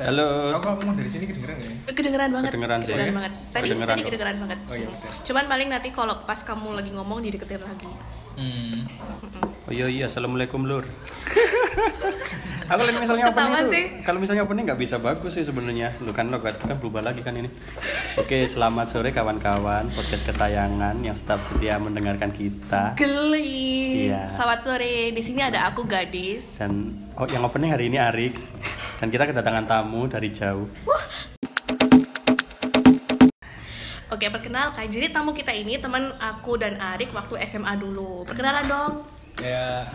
Halo. Aku ngomong dari sini kedengeran nggak ya? Kedengeran banget. Kedengeran banget. Tadi kedengeran banget. Oh iya betul. Cuman paling nanti kalau pas kamu lagi ngomong dideketin lagi. Oh iya, assalamualaikum lur. Aku misalnya Ketawa opening sih. Kalau misalnya opening nggak bisa bagus sih sebenarnya. Lu kan berubah lagi kan ini. Oke, selamat sore kawan-kawan podcast kesayangan yang tetap setia mendengarkan kita. Geli. Iya. Selamat sore. Di sini ada aku gadis. Dan yang opening hari ini Arik. Dan kita kedatangan tamu dari jauh. Oke, perkenalkan. Jadi tamu kita ini teman aku dan Arik waktu SMA dulu. Perkenalan dong. Ya,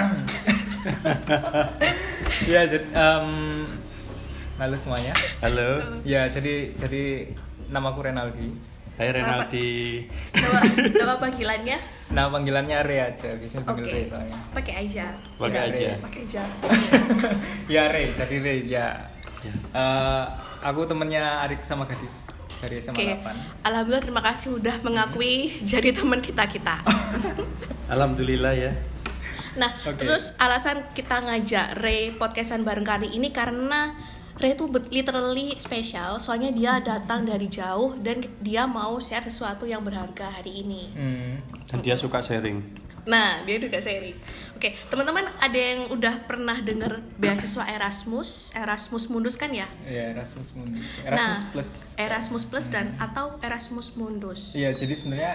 ya jadi halo semuanya. Halo. Ya jadi namaku Renaldi. Hai Renaldi. Nama panggilannya? Nama panggilannya Re aja, biasanya panggil Re Oke. soalnya. Pakai aja. Pakai Ya, aja. Pakai aja. Ya Re, jadi Re ya. Ya. Aku temennya Arik sama gadis dari SMA Oke. 8. Alhamdulillah, terima kasih udah mengakui jadi teman kita. Alhamdulillah ya. Nah, Oke. terus alasan kita ngajak Ray podcastan bareng kali ini karena Ray itu literally spesial. Soalnya dia datang dari jauh dan dia mau share sesuatu yang berharga hari ini. Dan dia suka sharing. Nah, dia juga sharing. Oke, teman-teman ada yang udah pernah dengar beasiswa Erasmus Mundus kan ya? Ya Erasmus Mundus. Nah, Erasmus Plus. Erasmus Plus dan atau Erasmus Mundus. Iya, jadi sebenarnya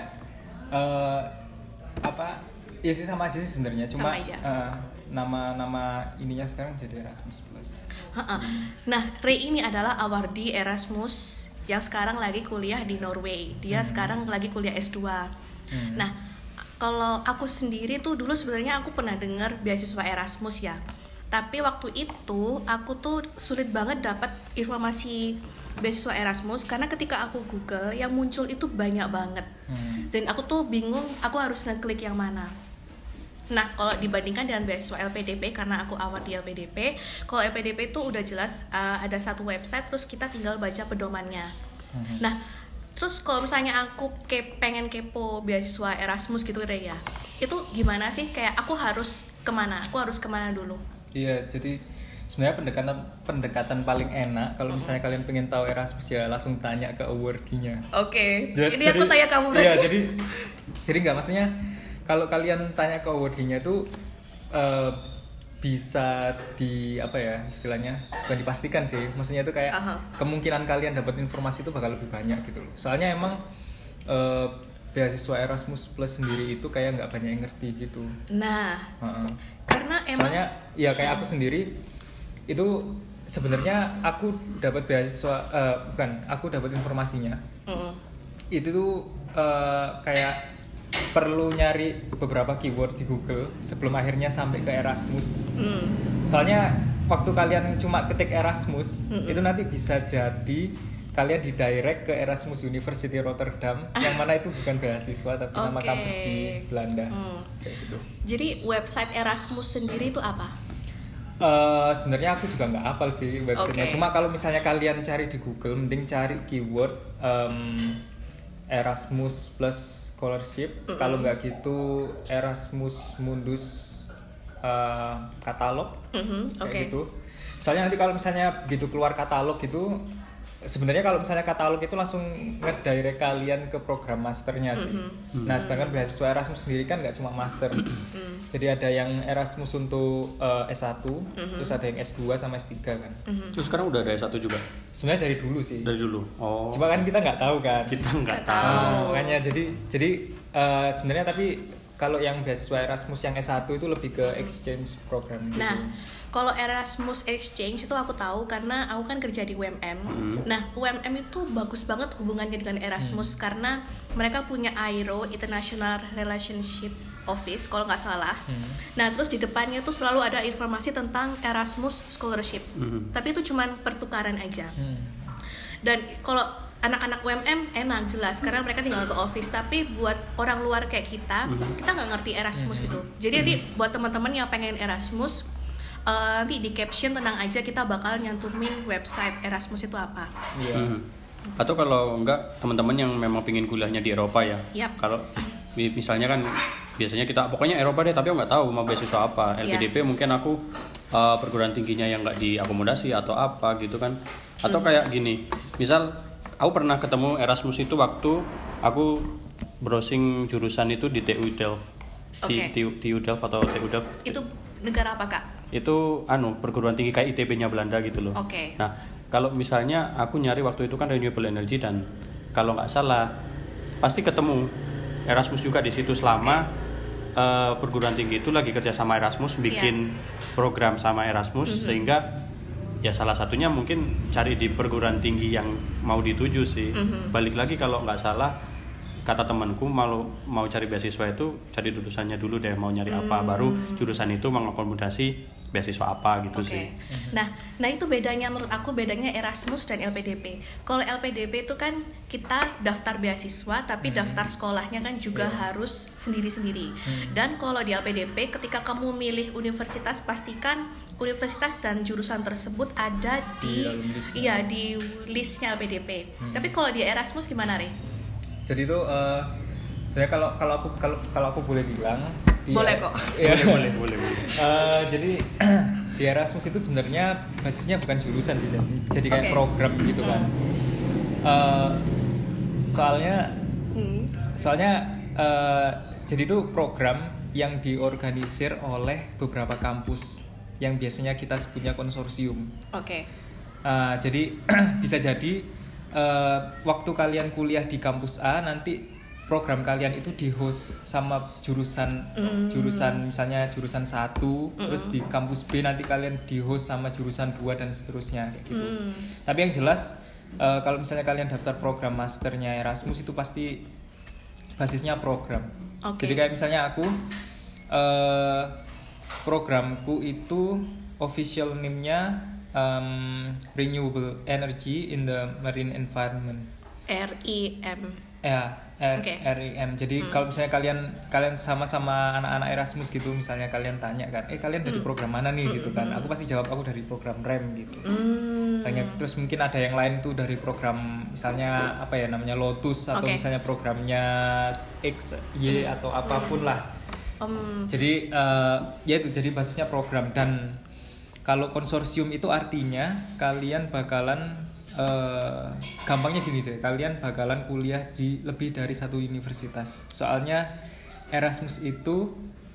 ya sih sama aja sih sebenarnya. Cuma Sama aja. nama ininya sekarang jadi Erasmus Plus. Ha-ha. Nah, Ray ini adalah awardee Erasmus yang sekarang lagi kuliah di Norway. Dia sekarang lagi kuliah S2. Nah, kalau aku sendiri tuh dulu sebenarnya aku pernah dengar beasiswa Erasmus ya. Tapi waktu itu aku tuh sulit banget dapat informasi beasiswa Erasmus karena ketika aku Google yang muncul itu banyak banget. Dan aku tuh bingung aku harus ngeklik yang mana. Nah, kalau dibandingkan dengan beasiswa LPDP, karena aku award di LPDP, kalau LPDP itu udah jelas ada satu website, terus kita tinggal baca pedomannya. Nah, terus kalau misalnya aku pengen kepo beasiswa Erasmus gitu Rey ya, itu gimana sih? Kayak aku harus kemana? Aku harus kemana dulu? Iya, jadi sebenarnya pendekatan paling enak kalau misalnya kalian pengen tahu Erasmus ya langsung tanya ke awardee-nya. Oke, Jadi- ini aku tanya kamu berarti. Iya, jadi nggak, maksudnya kalau kalian tanya ke awardee-nya itu bisa istilahnya bukan dipastikan sih, maksudnya itu kayak kemungkinan kalian dapat informasi itu bakal lebih banyak gitu loh. Soalnya emang beasiswa Erasmus Plus sendiri itu kayak nggak banyak yang ngerti gitu. Nah, karena emang Soalnya ya kayak aku sendiri itu sebenarnya aku dapat beasiswa aku dapat informasinya. Itu tuh kayak perlu nyari beberapa keyword di Google sebelum akhirnya sampai ke Erasmus. Soalnya waktu kalian cuma ketik Erasmus, itu nanti bisa jadi kalian didirect ke Erasmus University Rotterdam, yang mana itu bukan beasiswa tapi nama Oke. kampus di Belanda. Kayak gitu. jadi website Erasmus sendiri itu apa? Sebenarnya aku juga nggak hafal sih websitenya. Oke. Cuma kalau misalnya kalian cari di Google, mending cari keyword Erasmus Plus Scholarship. Kalau nggak gitu Erasmus Mundus katalog kayak Oke. gitu. Soalnya nanti kalau misalnya begitu keluar katalog gitu, sebenarnya kalau misalnya katalog itu langsung ngedirect kalian ke program masternya sih. Nah, sedangkan beasiswa Erasmus sendiri kan nggak cuma master. Jadi ada yang Erasmus untuk S1, terus ada yang S2 sama S3 kan. Terus sekarang udah ada S1 juga? Sebenarnya dari dulu sih. Dari dulu? Oh. Cuma kan kita nggak tahu kan. Kita nggak Nggak tahu. tahu. Makanya jadi sebenarnya tapi kalau yang beasiswa Erasmus yang S1 itu lebih ke exchange program gitu. Nah, kalau Erasmus Exchange itu aku tahu karena aku kan kerja di UMM. Nah, UMM itu bagus banget hubungannya dengan Erasmus karena mereka punya IRO, International Relationship Office kalau nggak salah. Nah, terus di depannya tuh selalu ada informasi tentang Erasmus Scholarship. Tapi itu cuman pertukaran aja. Dan kalau anak-anak UMM enak jelas karena mereka tinggal ke office, tapi buat orang luar kayak kita nggak ngerti Erasmus gitu. Jadi nanti buat teman-teman yang pengen Erasmus, nanti di caption tenang aja kita bakal nyantumin website Erasmus itu apa. Iya. Atau kalau enggak teman-teman yang memang pingin kuliahnya di Eropa ya. Yap. Kalau misalnya kan biasanya kita pokoknya Eropa deh, tapi aku nggak tahu mau beasiswa apa. LPDP mungkin aku perguruan tingginya yang nggak diakomodasi atau apa gitu kan. Atau kayak gini, misal aku pernah ketemu Erasmus itu waktu aku browsing jurusan itu di TU Delft. TU Delft atau TU Delft. Itu negara apa, Kak? Itu perguruan tinggi kayak ITB-nya Belanda gitu loh. Nah, kalau misalnya aku nyari waktu itu kan renewable energy, dan kalau nggak salah pasti ketemu Erasmus juga di situ selama perguruan tinggi itu lagi kerja sama Erasmus bikin program sama Erasmus, sehingga ya salah satunya mungkin cari di perguruan tinggi yang mau dituju sih. Balik lagi kalau nggak salah kata temanku mau cari beasiswa itu cari jurusannya dulu deh, mau nyari apa, baru jurusan itu mengakomodasi beasiswa apa gitu sih. Nah itu bedanya menurut aku, bedanya Erasmus dan LPDP. Kalau LPDP itu kan kita daftar beasiswa, tapi daftar sekolahnya kan juga harus sendiri-sendiri. Dan kalau di LPDP ketika kamu milih universitas, pastikan universitas dan jurusan tersebut ada di listnya LPDP. Tapi kalau di Erasmus gimana, Re? Jadi itu sebenarnya kalau aku boleh bilang boleh kok. Ya, boleh. Jadi di Erasmus itu sebenarnya basisnya bukan jurusan sih, jadi kayak program gitu kan. Soalnya jadi itu program yang diorganisir oleh beberapa kampus yang biasanya kita sebutnya konsorsium. Jadi bisa jadi waktu kalian kuliah di kampus A, nanti program kalian itu di-host sama jurusan misalnya jurusan 1, terus di kampus B nanti kalian di-host sama jurusan 2 dan seterusnya kayak gitu. Tapi yang jelas kalau misalnya kalian daftar program masternya Erasmus itu pasti basisnya program. Jadi kayak misalnya aku programku itu official name-nya Renewable Energy in the Marine Environment. REM. REM. Jadi kalau misalnya kalian sama-sama anak-anak Erasmus gitu, misalnya kalian tanya kan, kalian dari program mana nih gitu kan? Aku pasti jawab aku dari program REM gitu. Terus mungkin ada yang lain tuh dari program misalnya apa ya namanya Lotus, atau misalnya programnya X, Y atau apapun lah. Jadi ya itu jadi basisnya program. Dan kalau konsorsium itu artinya kalian bakalan gampangnya gini deh, kalian bakalan kuliah di lebih dari satu universitas. Soalnya Erasmus itu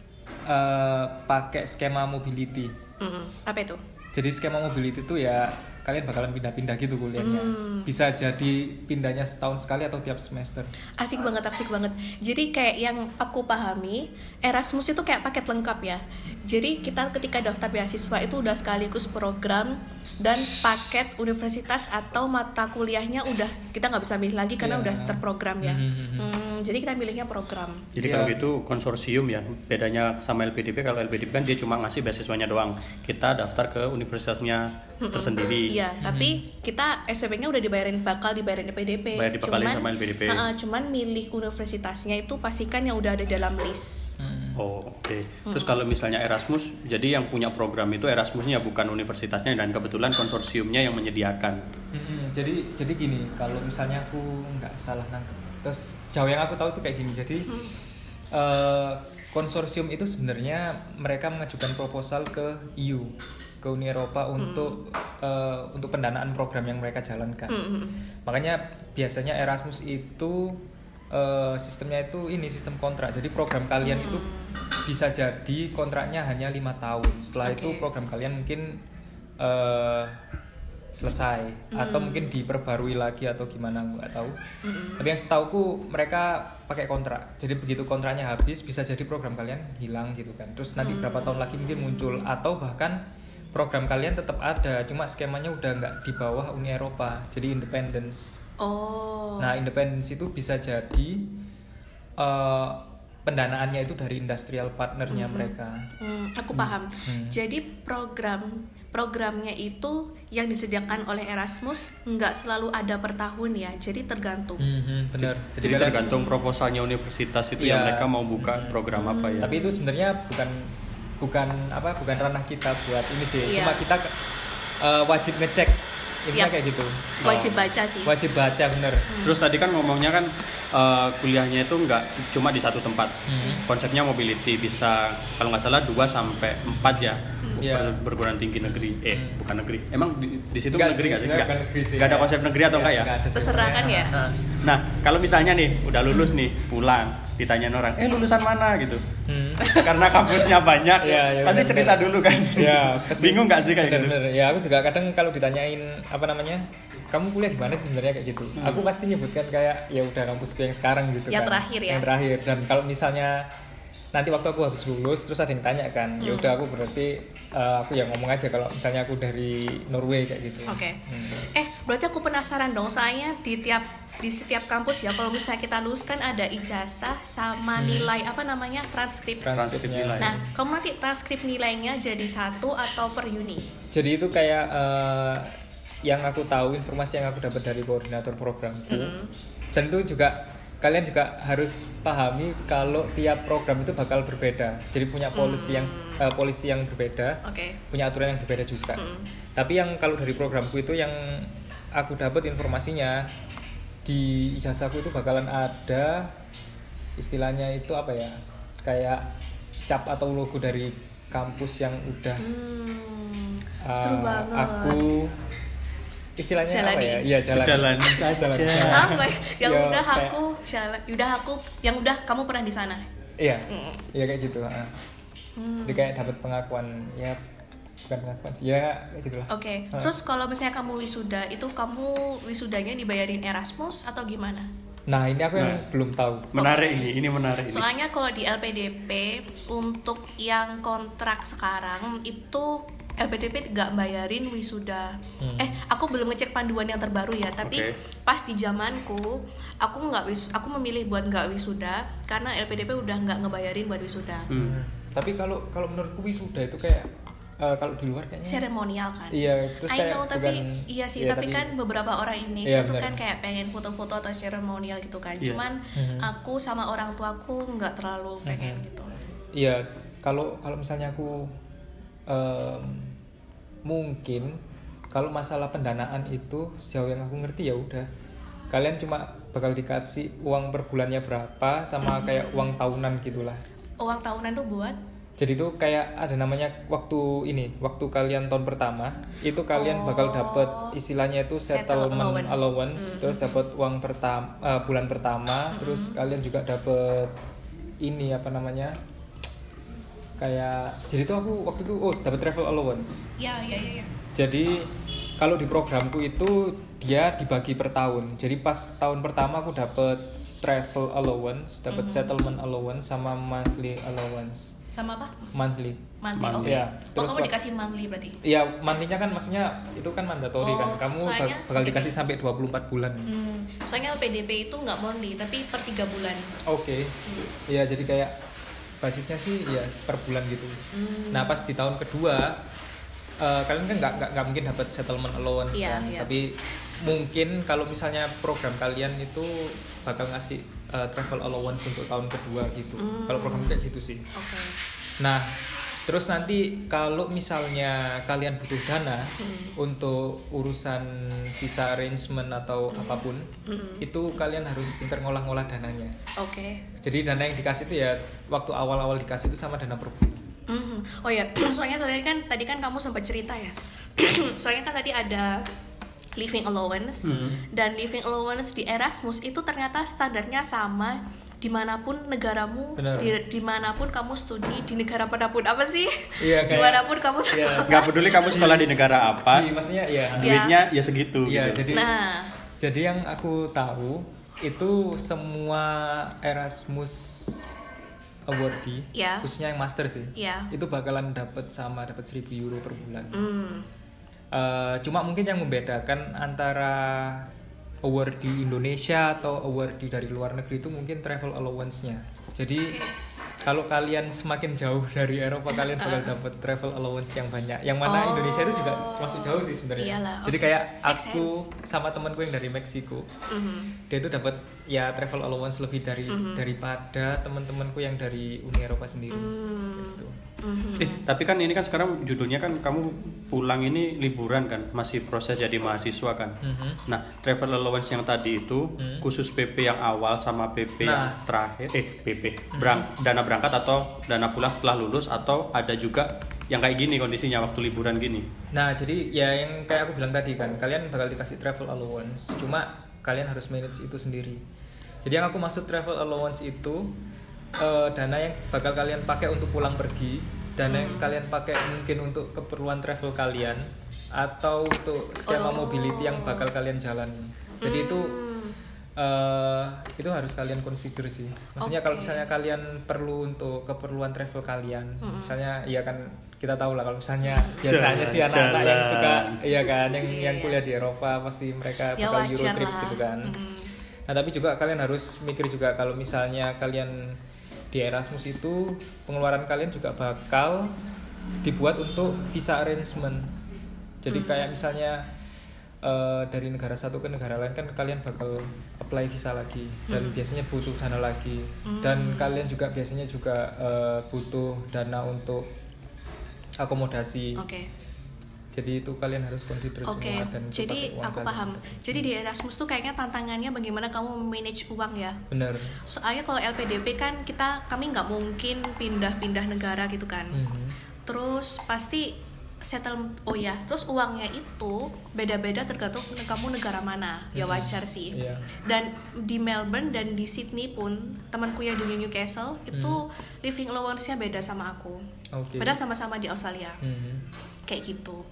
pakai skema mobility. Apa itu? Jadi skema mobility itu ya kalian bakalan pindah-pindah gitu kuliahnya. Bisa jadi pindahnya setahun sekali atau tiap semester. Asik banget. Jadi kayak yang aku pahami, Erasmus itu kayak paket lengkap ya. Jadi kita ketika daftar beasiswa itu udah sekaligus program dan paket universitas atau mata kuliahnya udah kita nggak bisa milih lagi karena udah terprogram ya. Jadi kita milihnya program. Jadi kalau gitu konsorsium ya, bedanya sama LPDP. Kalau LPDP kan dia cuma ngasih beasiswanya doang, kita daftar ke universitasnya tersendiri. Iya, tapi kita SPP-nya udah bakal dibayarin LPDP. Dibakalin sama LPDP. Cuman milih universitasnya itu pastikan yang udah ada dalam list. Terus kalau misalnya Erasmus, jadi yang punya program itu Erasmusnya bukan universitasnya, dan kebetulan konsorsiumnya yang menyediakan. Jadi gini, kalau misalnya aku nggak salah nangkep, terus sejauh yang aku tahu itu kayak gini. Jadi konsorsium itu sebenarnya mereka mengajukan proposal ke EU, ke Uni Eropa untuk pendanaan program yang mereka jalankan. Makanya biasanya Erasmus itu sistemnya itu sistem kontrak. Jadi program kalian itu bisa jadi kontraknya hanya 5 tahun. Setelah itu program kalian mungkin selesai atau mungkin diperbarui lagi atau gimana, aku nggak tahu. Tapi yang setauku mereka pakai kontrak. Jadi begitu kontraknya habis, bisa jadi program kalian hilang gitu kan. Terus nanti berapa tahun lagi mungkin muncul, atau bahkan program kalian tetap ada, cuma skemanya udah nggak di bawah Uni Eropa, jadi independence. Nah, independence itu bisa jadi pendanaannya itu dari industrial partnernya mereka. Aku paham. Jadi programnya itu yang disediakan oleh Erasmus nggak selalu ada per tahun ya, jadi tergantung. Benar. Jadi tergantung proposalnya universitas itu yang mereka mau buka program apa ya. Tapi itu sebenarnya bukan ranah kita buat ini sih. Cuma kita wajib ngecek. Intinya kayak gitu. Wajib baca sih. Wajib baca, bener. Terus tadi kan ngomongnya kan kuliahnya itu nggak cuma di satu tempat. Konsepnya mobility, bisa kalau nggak salah 2 sampai 4 ya perguruan tinggi negeri. Bukan negeri. Emang di situ negeri nggak sih? Nggak ada konsep negeri atau enggak ya? Terserah kan ya. Nah, kalau misalnya nih udah lulus nih, pulang, ditanyain orang, lulusan mana gitu. Karena kampusnya banyak, pasti cerita dulu kan. Bingung nggak sih kayak gitu? Ya, aku juga kadang kalau ditanyain apa namanya, kamu kuliah di mana sebenarnya kayak gitu. Aku pasti nyebutkan kayak ya udah kampusku yang sekarang gitu yang kan. Terakhir ya. Yang terakhir. Dan kalau misalnya nanti waktu aku habis lulus terus ada yang tanya kan, ya udah aku berarti aku ya ngomong aja kalau misalnya aku dari Norway kayak gitu. Oke. Berarti aku penasaran dong, soalnya di setiap kampus ya kalau misalnya kita lulus kan ada ijazah sama nilai apa namanya transkrip nilai. Nah, kamu nanti transkrip nilainya jadi satu atau per uni? Jadi itu kayak yang aku tahu, informasi yang aku dapat dari koordinator programku. Dan itu juga kalian juga harus pahami kalau tiap program itu bakal berbeda. Jadi punya policy yang berbeda, punya aturan yang berbeda juga. Tapi yang kalau dari programku itu yang aku dapat informasinya, di ijazahku itu bakalan ada istilahnya itu apa ya, kayak cap atau logo dari kampus yang udah seru banget. Aku istilahnya jalani. apa ya? Iya, jalan. Apa yang udah aku jalan, yang udah kamu pernah di sana. Iya. Iya kayak gitu, Jadi kayak dapat pengakuan, ya bukan pengakuan sih, ya kayak gitulah. Oke. Terus kalau misalnya kamu wisuda, itu kamu wisudanya dibayarin Erasmus atau gimana? Nah, ini aku yang belum tahu. Menarik ini menarik. Soalnya kalau di LPDP untuk yang kontrak sekarang itu LPDP nggak bayarin wisuda. Aku belum ngecek panduan yang terbaru ya, tapi pas di zamanku aku memilih buat nggak wisuda karena LPDP udah nggak ngebayarin buat wisuda. Tapi kalau menurutku wisuda itu kayak kalau di luar kayaknya seremonial kan. Iya, terus kayak tapi iya sih, tapi kan beberapa orang Indonesia tuh kan kayak pengen foto-foto atau seremonial gitu kan. Cuman aku sama orang tuaku nggak terlalu pengen gitu. Iya, kalau misalnya aku mungkin kalau masalah pendanaan itu sejauh yang aku ngerti ya udah kalian cuma bakal dikasih uang per bulannya berapa sama kayak uang tahunan gitulah. Uang tahunan tuh buat? Jadi itu kayak ada namanya waktu kalian tahun pertama itu kalian bakal dapat istilahnya itu settlement allowance. Terus dapat uang bulan pertama, terus kalian juga dapat ini apa namanya? Kayak jadi tuh aku waktu itu dapat travel allowance. Iya. Jadi kalau di programku itu dia dibagi per tahun. Jadi pas tahun pertama aku dapat travel allowance, dapat settlement allowance sama monthly allowance. Sama apa? Monthly. Oke. Ya, terus kamu dikasih monthly berarti? Iya, monthly-nya kan maksudnya itu kan mandatory kan. Kamu bakal dikasih sampai 24 bulan. Soalnya LPDP itu nggak monthly tapi per 3 bulan. Oke. Iya, jadi kayak basisnya sih ya per bulan gitu. Nah, pas di tahun kedua kalian kan nggak mungkin dapat settlement allowance kan. Tapi mungkin kalau misalnya program kalian itu bakal ngasih travel allowance untuk tahun kedua gitu. Kalau program kayak gitu sih. Nah, terus nanti kalau misalnya kalian butuh dana untuk urusan visa arrangement atau apapun, itu kalian harus pintar ngolah-ngolah dananya. Jadi dana yang dikasih itu ya waktu awal-awal dikasih itu sama dana per bulan. Oh ya, soalnya tadi kan kamu sempat cerita ya. Soalnya kan tadi ada living allowance dan living allowance di Erasmus itu ternyata standarnya sama dimanapun negaramu, dimanapun kamu studi di negara manapun apa sih? Iya, dimanapun kamu sekolah. Nggak peduli kamu sekolah di negara apa, maksudnya ya duitnya ya segitu. Iya, gitu. Jadi yang aku tahu itu semua Erasmus awardee, khususnya yang master sih, itu bakalan dapat 1.000 euro per bulan. Cuma mungkin yang membedakan antara award di Indonesia atau award dari luar negeri itu mungkin travel allowance-nya. Jadi kalau kalian semakin jauh dari Eropa kalian bakal dapat travel allowance yang banyak. Yang mana Indonesia itu juga termasuk jauh sih sebenarnya. Jadi kayak aku sama temanku yang dari Meksiko, dia itu dapat ya travel allowance lebih daripada teman-temanku yang dari Uni Eropa sendiri. Gitu. Tapi kan ini kan sekarang judulnya kan kamu pulang ini liburan kan, masih proses jadi mahasiswa kan. Nah, travel allowance yang tadi itu khusus PP yang awal sama PP yang terakhir, PP dana berangkat atau dana pulang setelah lulus, atau ada juga yang kayak gini kondisinya waktu liburan gini? Nah, jadi ya yang kayak aku bilang tadi kan, kalian bakal dikasih travel allowance, cuma kalian harus manage itu sendiri. Jadi yang aku maksud travel allowance itu dana yang bakal kalian pakai untuk pulang pergi, dana yang kalian pakai mungkin untuk keperluan travel kalian, atau untuk skema mobility yang bakal kalian jalani. Jadi itu harus kalian consider sih. Maksudnya kalau misalnya kalian perlu untuk keperluan travel kalian, misalnya ya kan kita tahu lah kalau misalnya biasanya sih anak-anak yang suka ya kan yang kuliah di Eropa pasti mereka bakal Euro trip gitu kan. Nah, tapi juga kalian harus mikir juga kalau misalnya kalian di Erasmus itu pengeluaran kalian juga bakal dibuat untuk visa arrangement. Jadi kayak misalnya dari negara satu ke negara lain kan kalian bakal apply visa lagi dan biasanya butuh dana lagi dan kalian juga biasanya juga butuh dana untuk akomodasi. Jadi itu kalian harus consider semua dan jadi aku paham. Jadi di Erasmus tuh kayaknya tantangannya bagaimana kamu manage uang ya. Benar. Soalnya kalau LPDP kan kami nggak mungkin pindah-pindah negara gitu kan. Terus pasti terus uangnya itu beda-beda tergantung kamu negara mana. Ya wajar sih. Dan di Melbourne dan di Sydney pun temanku yang di Newcastle itu living allowance-nya beda sama aku. Padahal sama-sama di Australia. Kayak gitu.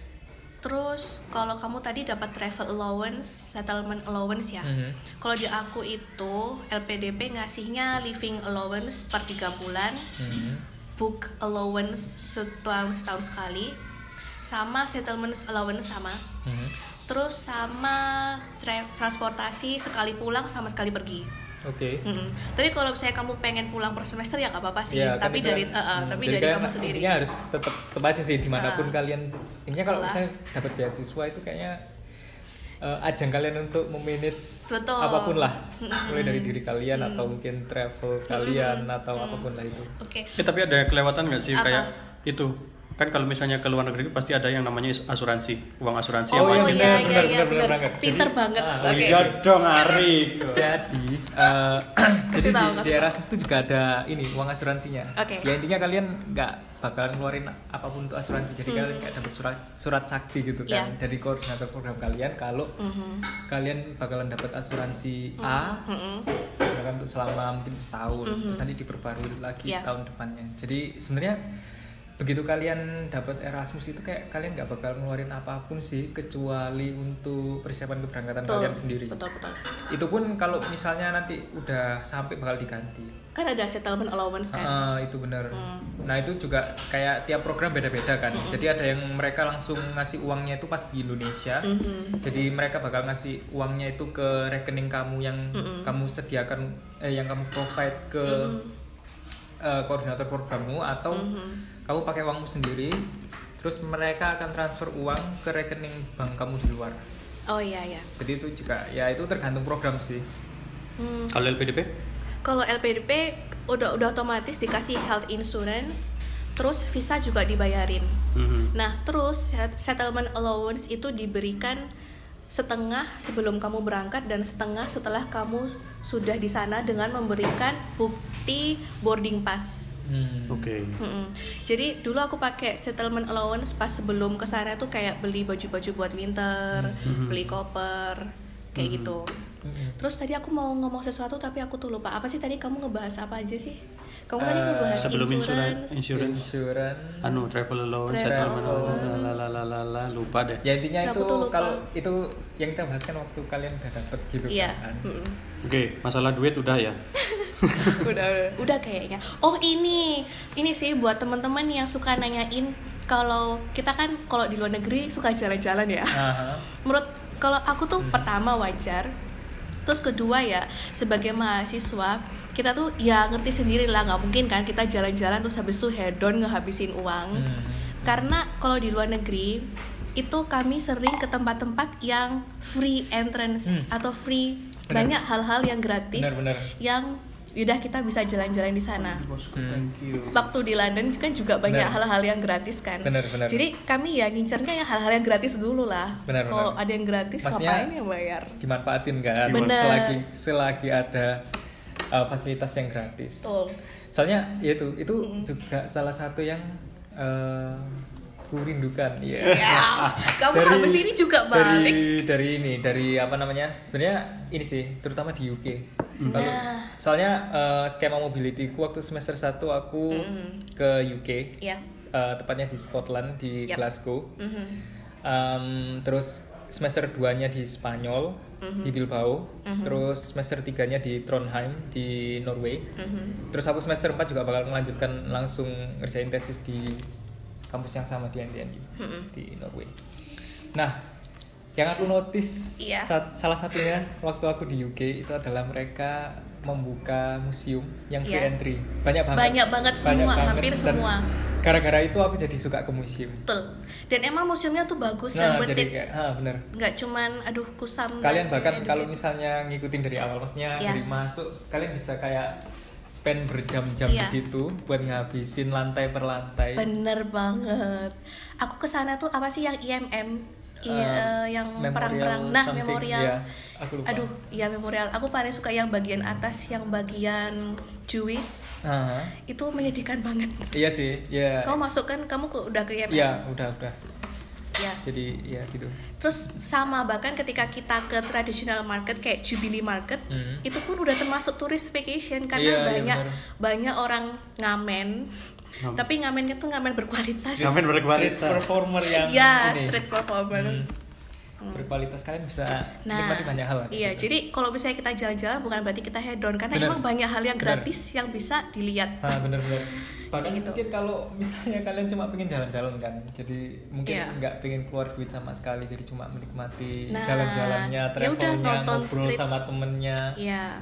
Terus kalau kamu tadi dapat travel allowance, settlement allowance ya. Kalau di aku itu LPDP ngasihnya living allowance per 3 bulan. Book allowance setahun sekali, sama settlement allowance sama, terus sama transportasi sekali pulang sama sekali pergi. Tapi kalau misalnya kamu pengen pulang per semester ya nggak apa-apa sih. Tapi dari kamu sendiri. Intinya harus tetap aja sih dimanapun kalian. Intinya kalau misalnya dapat beasiswa itu kayaknya ajang kalian untuk memanage apapun lah, mulai dari diri kalian atau mungkin travel kalian atau apapun lah itu. Tapi ada kelewatan nggak sih kayak itu? Kan kalau misalnya ke luar negeri pasti ada yang namanya asuransi, uang asuransi yang wajib. Benar banget. Pinter banget. Iya dong, Ari. Jadi di Erasmus itu juga ada ini uang asuransinya. Ya intinya kalian nggak bakalan ngeluarin apapun untuk asuransi. Jadi kalian kayak dapat surat sakti gitu kan dari koordinator program kalian kalau kalian bakalan dapat asuransi A, untuk selama mungkin setahun, terus nanti diperbarui lagi tahun depannya. Jadi sebenarnya begitu kalian dapat Erasmus itu kayak kalian nggak bakal ngeluarin apapun sih kecuali untuk persiapan keberangkatan kalian sendiri. Betul. Itu pun kalau misalnya nanti udah sampai bakal diganti. Kan ada settlement allowance kan? Itu benar. Nah itu juga kayak tiap program beda-beda kan. Jadi ada yang mereka langsung ngasih uangnya itu pas di Indonesia. Jadi mereka bakal ngasih uangnya itu ke rekening kamu yang kamu sediakan, yang kamu provide ke koordinator programmu atau kamu pakai uangmu sendiri, terus mereka akan transfer uang ke rekening bank kamu di luar. Iya. Jadi itu juga ya itu tergantung program sih. Kalau LPDP? Kalau LPDP udah otomatis dikasih health insurance, terus visa juga dibayarin. Nah terus settlement allowance itu diberikan setengah sebelum kamu berangkat dan setengah setelah kamu sudah di sana dengan memberikan bukti boarding pass. Jadi dulu aku pakai settlement allowance pas sebelum ke sana tuh kayak beli baju-baju buat winter, beli koper, kayak gitu. Terus tadi aku mau ngomong sesuatu tapi aku tuh lupa. Apa sih tadi kamu ngebahas apa aja sih? Kamu tadi ngebahas sebelum insurance, travel allowance, lupa deh. Ya intinya itu kalau itu yang kita bahas kan waktu kalian udah dapet gitu kan. Masalah duit udah ya. udah kayaknya. Ini sih buat teman-teman yang suka nanyain kalau kita kan kalau di luar negeri suka jalan-jalan ya. Menurut kalau aku tuh pertama wajar. Terus kedua ya sebagai mahasiswa kita tuh ya ngerti sendiri lah, nggak mungkin kan kita jalan-jalan terus habis itu hedon ngehabisin uang. Karena kalau di luar negeri itu kami sering ke tempat-tempat yang free entrance atau free banyak hal-hal yang gratis yang udah kita bisa jalan-jalan di sana. Waktu di London kan juga banyak hal-hal yang gratis kan. Jadi kami ya ngincernya ya hal-hal yang gratis dulu lah. Kalau ada yang gratis ngapain ya bayar? Dimanfaatin kan. Selagi ada fasilitas yang gratis. Soalnya ya itu juga salah satu yang ku rindukan ya. Kamu habis ini juga balik. Dari apa namanya? Sebenarnya ini sih, terutama di UK. Soalnya skema mobility ku waktu semester 1 aku ke UK. Tepatnya di Scotland, di Glasgow. Terus semester 2-nya di Spanyol, di Bilbao. Terus semester 3-nya di Trondheim, di Norway. Terus aku semester 4 juga bakal melanjutkan langsung ngerjain tesis di kampus yang sama di NTNU, di Norway. Nah, yang aku notice salah satunya waktu aku di UK itu adalah mereka membuka museum yang free entry. Banyak banget semua, hampir semua. Gara-gara itu aku jadi suka ke museum. Betul. Dan emang museumnya tuh bagus dan worth it. Bener. Nggak cuman kusam. Kalian bahkan kalau misalnya ngikutin dari awal, maksudnya dari masuk, kalian bisa kayak spend berjam-jam di situ buat ngabisin lantai per lantai. Bener banget. Aku kesana tuh apa sih yang IMM, yang perang-perang. Nah, memorial. Aku lupa. Memorial. Aku paling suka yang bagian atas, yang bagian Jewish. Itu menyedihkan banget. Iya sih. Yeah. Kamu masuk kan? Kamu udah ke IMM? Iya, udah. Ya. Jadi ya gitu. Terus sama bahkan ketika kita ke traditional market kayak Jubilee Market, itu pun udah termasuk tourist vacation karena banyak orang ngamen. Tapi ngamennya tuh ngamen berkualitas. Ngamen berkualitas. Street performer yang street performer. Berkualitas, kalian bisa nikmati banyak hal. Iya, gitu. Jadi kalau misalnya kita jalan-jalan bukan berarti kita hedon karena emang banyak hal yang gratis yang bisa dilihat. Bener. Bahkan gitu. Mungkin kalau misalnya kalian cuma pengen jalan-jalan kan, jadi mungkin nggak pengen keluar duit sama sekali, jadi cuma menikmati jalan-jalannya, travelnya, ngobrol sama temennya. Iya.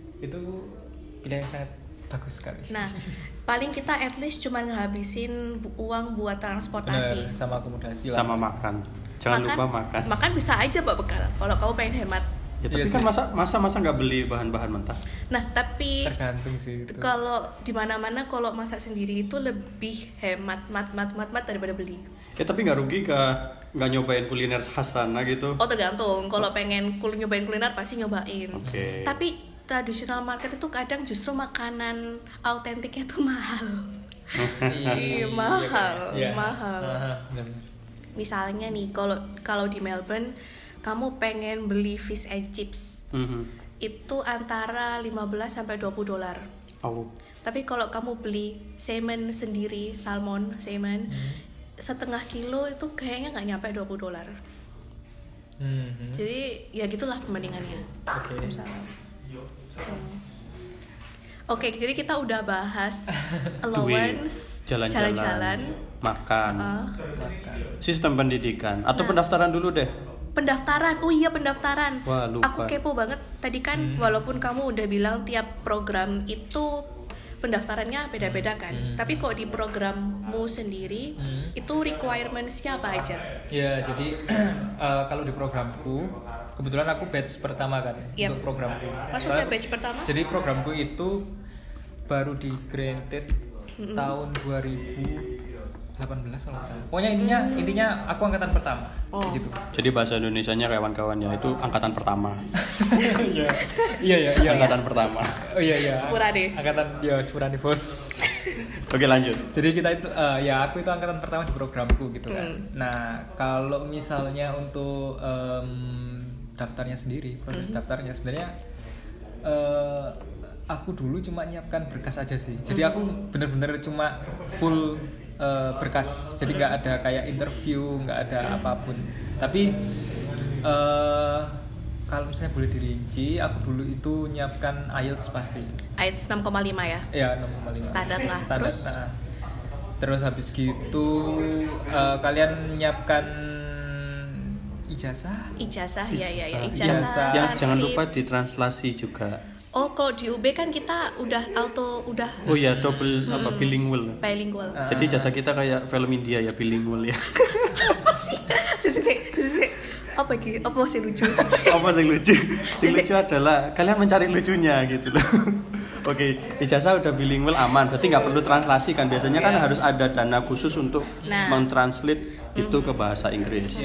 Itu pilihan yang sangat bagus sekali. Nah, paling kita at least cuma ngabisin uang buat transportasi. Sama akomodasi lah. Sama makan. Jangan lupa makan. Makan bisa aja bawa bekal kalau kamu pengen hemat. Ya, tapi kan masa nggak beli bahan-bahan mentah. Nah, tapi tergantung sih itu. Kalau di mana-mana kalau masak sendiri itu lebih hemat daripada beli. Ya tapi nggak rugi nggak nyobain kuliner khas sana gitu. Oh, tergantung. Kalau pengen nyobain kuliner pasti nyobain. Okay. Tapi traditional market itu kadang justru makanan autentiknya tuh mahal. mahal. Misalnya nih, kalau di Melbourne kamu pengen beli fish and chips, itu antara 15 sampai $20. Tapi kalau kamu beli salmon sendiri, salmon, setengah kilo itu kayaknya nggak nyampe $20. Jadi ya gitulah perbandingannya. Oke, jadi kita udah bahas allowance, jalan-jalan, makan, sistem pendidikan, atau pendaftaran dulu deh. Pendaftaran, pendaftaran. Wah, lupa. Aku kepo banget. Tadi kan walaupun kamu udah bilang tiap program itu pendaftarannya beda-beda kan. Tapi kok di programmu sendiri itu requirements-nya apa aja? Ya, jadi kalau di programku kebetulan aku batch pertama kan untuk programku. Maksudnya batch pertama? Jadi programku itu baru di granted tahun 2018 kalau nggak salah. Pokoknya intinya aku angkatan pertama. Gitu. Jadi bahasa Indonesianya kawan-kawan ya itu angkatan pertama. Iya. Angkatan pertama. Oh iya. Sepurane. Angkatan Sepurane bos. Oke, lanjut. Jadi kita itu aku itu angkatan pertama di programku gitu kan. Nah, kalau misalnya untuk daftarnya sendiri, proses daftarnya sebenarnya aku dulu cuma nyiapkan berkas aja sih. Jadi aku bener-bener cuma full berkas. Jadi nggak ada kayak interview, nggak ada apapun. Tapi kalau misalnya boleh dirinci, aku dulu itu nyiapkan IELTS pasti. IELTS 6,5 ya? Iya, 6,5. Standar lah. Terus habis gitu kalian nyiapkan ijazah. Ijazah. Yang jangan lupa ditranslasi juga. Oh, kalau di UB kan kita udah. Oh ya, double bilingual. Bilingual. Jadi jasa kita kayak film India ya, bilingual ya. Apa sih? Apa sih lucu? Sing lucu adalah kalian mencari lucunya gitu loh. Oke, ijazah udah bilingual aman, berarti nggak perlu translasi kan. Biasanya kan harus ada dana khusus untuk mentranslate itu ke bahasa Inggris.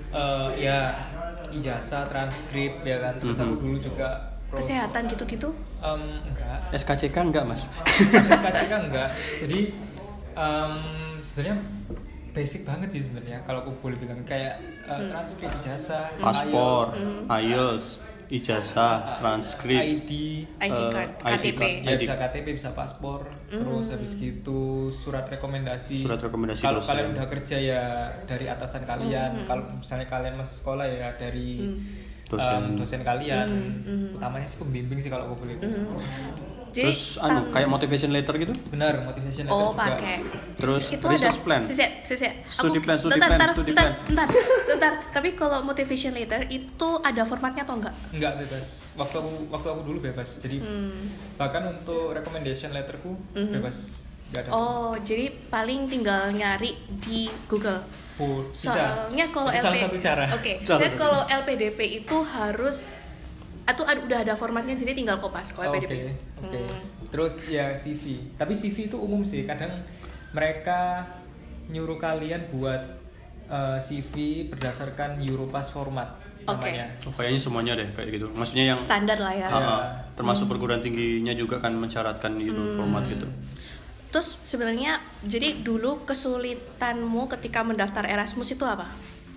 Ijazah, transkrip ya kan. Terus aku dulu juga kesehatan gitu-gitu. Enggak. SKCK enggak, Mas? SKCK enggak. Jadi sebenarnya basic banget sih sebenarnya kalau aku boleh bilang, kayak transkrip, ijazah, paspor, IELTS, ijazah, transkrip, ID card, KTP. Ya, bisa KTP, bisa paspor. Terus habis gitu surat rekomendasi. Kalau kalian udah kerja ya dari atasan kalian. Kalau misalnya kalian masih sekolah ya dari dosen kalian. Utamanya sih pembimbing sih kalau aku boleh bilang. Terus kayak motivation letter gitu? Benar, motivation letter juga. Pakai. Terus itu research plan. Studi plan. Bentar. Tapi kalau motivation letter itu ada formatnya atau enggak? Enggak, bebas. Waktu aku dulu bebas. Jadi bahkan untuk recommendation letterku bebas. Enggak ada. Jadi paling tinggal nyari di Google. Soalnya kalau salah satu cara. Saya kalau LPDP itu harus udah ada formatnya, jadi tinggal kopas kalau LPDP. Oke. Terus ya CV. Tapi CV itu umum sih. Kadang mereka nyuruh kalian buat CV berdasarkan Europass format namanya. Kayaknya semuanya deh kayak gitu. Maksudnya yang standar lah ya. Termasuk perguruan tingginya juga kan mensyaratkan Euro format gitu. Terus sebenarnya jadi dulu kesulitanmu ketika mendaftar Erasmus itu apa?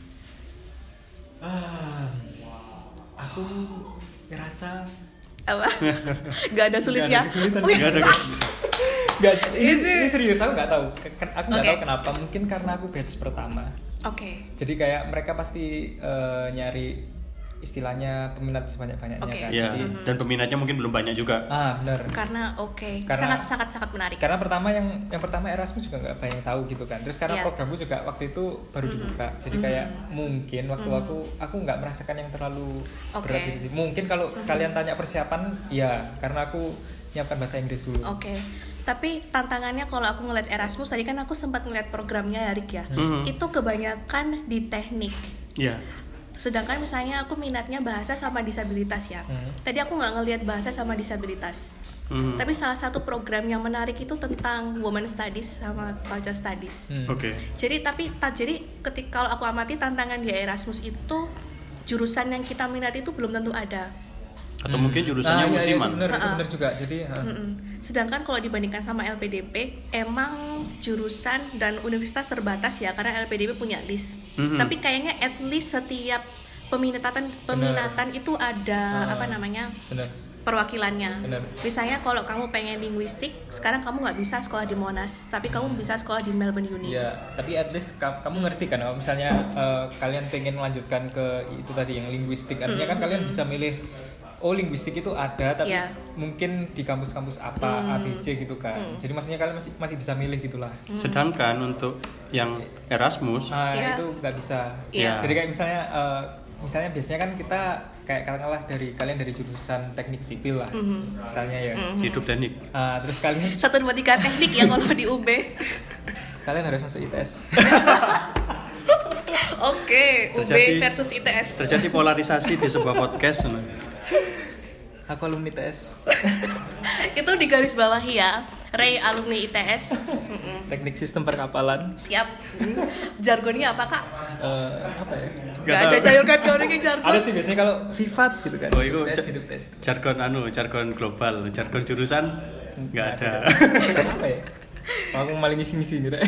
Aku ngerasa apa? Gak ada sulit ya? Ini serius, aku nggak tahu. Aku nggak tahu kenapa. Mungkin karena aku batch pertama. Jadi kayak mereka pasti nyari istilahnya peminat sebanyak-banyaknya kan. Ya, jadi, dan peminatnya mungkin belum banyak juga. Benar. Karena sangat menarik. Karena yang pertama Erasmus juga nggak banyak tahu gitu kan. Terus karena programku juga waktu itu baru dibuka. Jadi kayak mungkin waktu aku nggak merasakan yang terlalu berat gitu sih. Mungkin kalau kalian tanya persiapan, ya karena aku nyiapkan bahasa Inggris dulu. Tapi tantangannya kalau aku ngeliat Erasmus, tadi kan aku sempat ngeliat programnya ya Rik ya. Itu kebanyakan di teknik. Sedangkan misalnya aku minatnya bahasa sama disabilitas ya. Tadi aku nggak ngelihat bahasa sama disabilitas. Tapi salah satu program yang menarik itu tentang Women Studies sama Culture Studies. Jadi ketika kalau aku amati tantangan di Erasmus itu jurusan yang kita minat itu belum tentu ada. Atau mungkin jurusannya musiman. Benar juga. Jadi sedangkan kalau dibandingkan sama LPDP, emang jurusan dan universitas terbatas ya, karena LPDP punya list. Tapi kayaknya at least setiap peminatan itu ada perwakilannya. Misalnya kalau kamu pengen linguistik, sekarang kamu nggak bisa sekolah di Monash, tapi kamu bisa sekolah di Melbourne Uni. Iya, tapi at least kamu ngerti kan, kalau misalnya kalian pengen melanjutkan ke itu tadi yang linguistik, artinya kan kalian bisa milih. Linguistik itu ada, tapi mungkin di kampus-kampus apa, ABC gitu kan. Jadi maksudnya kalian masih bisa milih gitulah. Sedangkan untuk yang Erasmus, itu nggak bisa. Jadi kayak misalnya biasanya kan kita kayak katakanlah kalian dari jurusan teknik sipil lah, misalnya ya. Hidup teknik. Terus kalian 1, 2, 3 teknik ya kalau di UB. Kalian harus masuk ITS. UB versus ITS. Terjadi polarisasi di sebuah podcast. Aku alumni ITS. Itu di garis bawahi ya. Ray alumni ITS. Teknik sistem perkapalan. Siap. Jargonnya apa kak? Apa ya? Gak ada jargon. Ada sih biasanya kalau Vivat gitu kan. Itu jargon global, jargon jurusan nggak ada. Apa ya? Aku malah ngisi-ngisi gitu.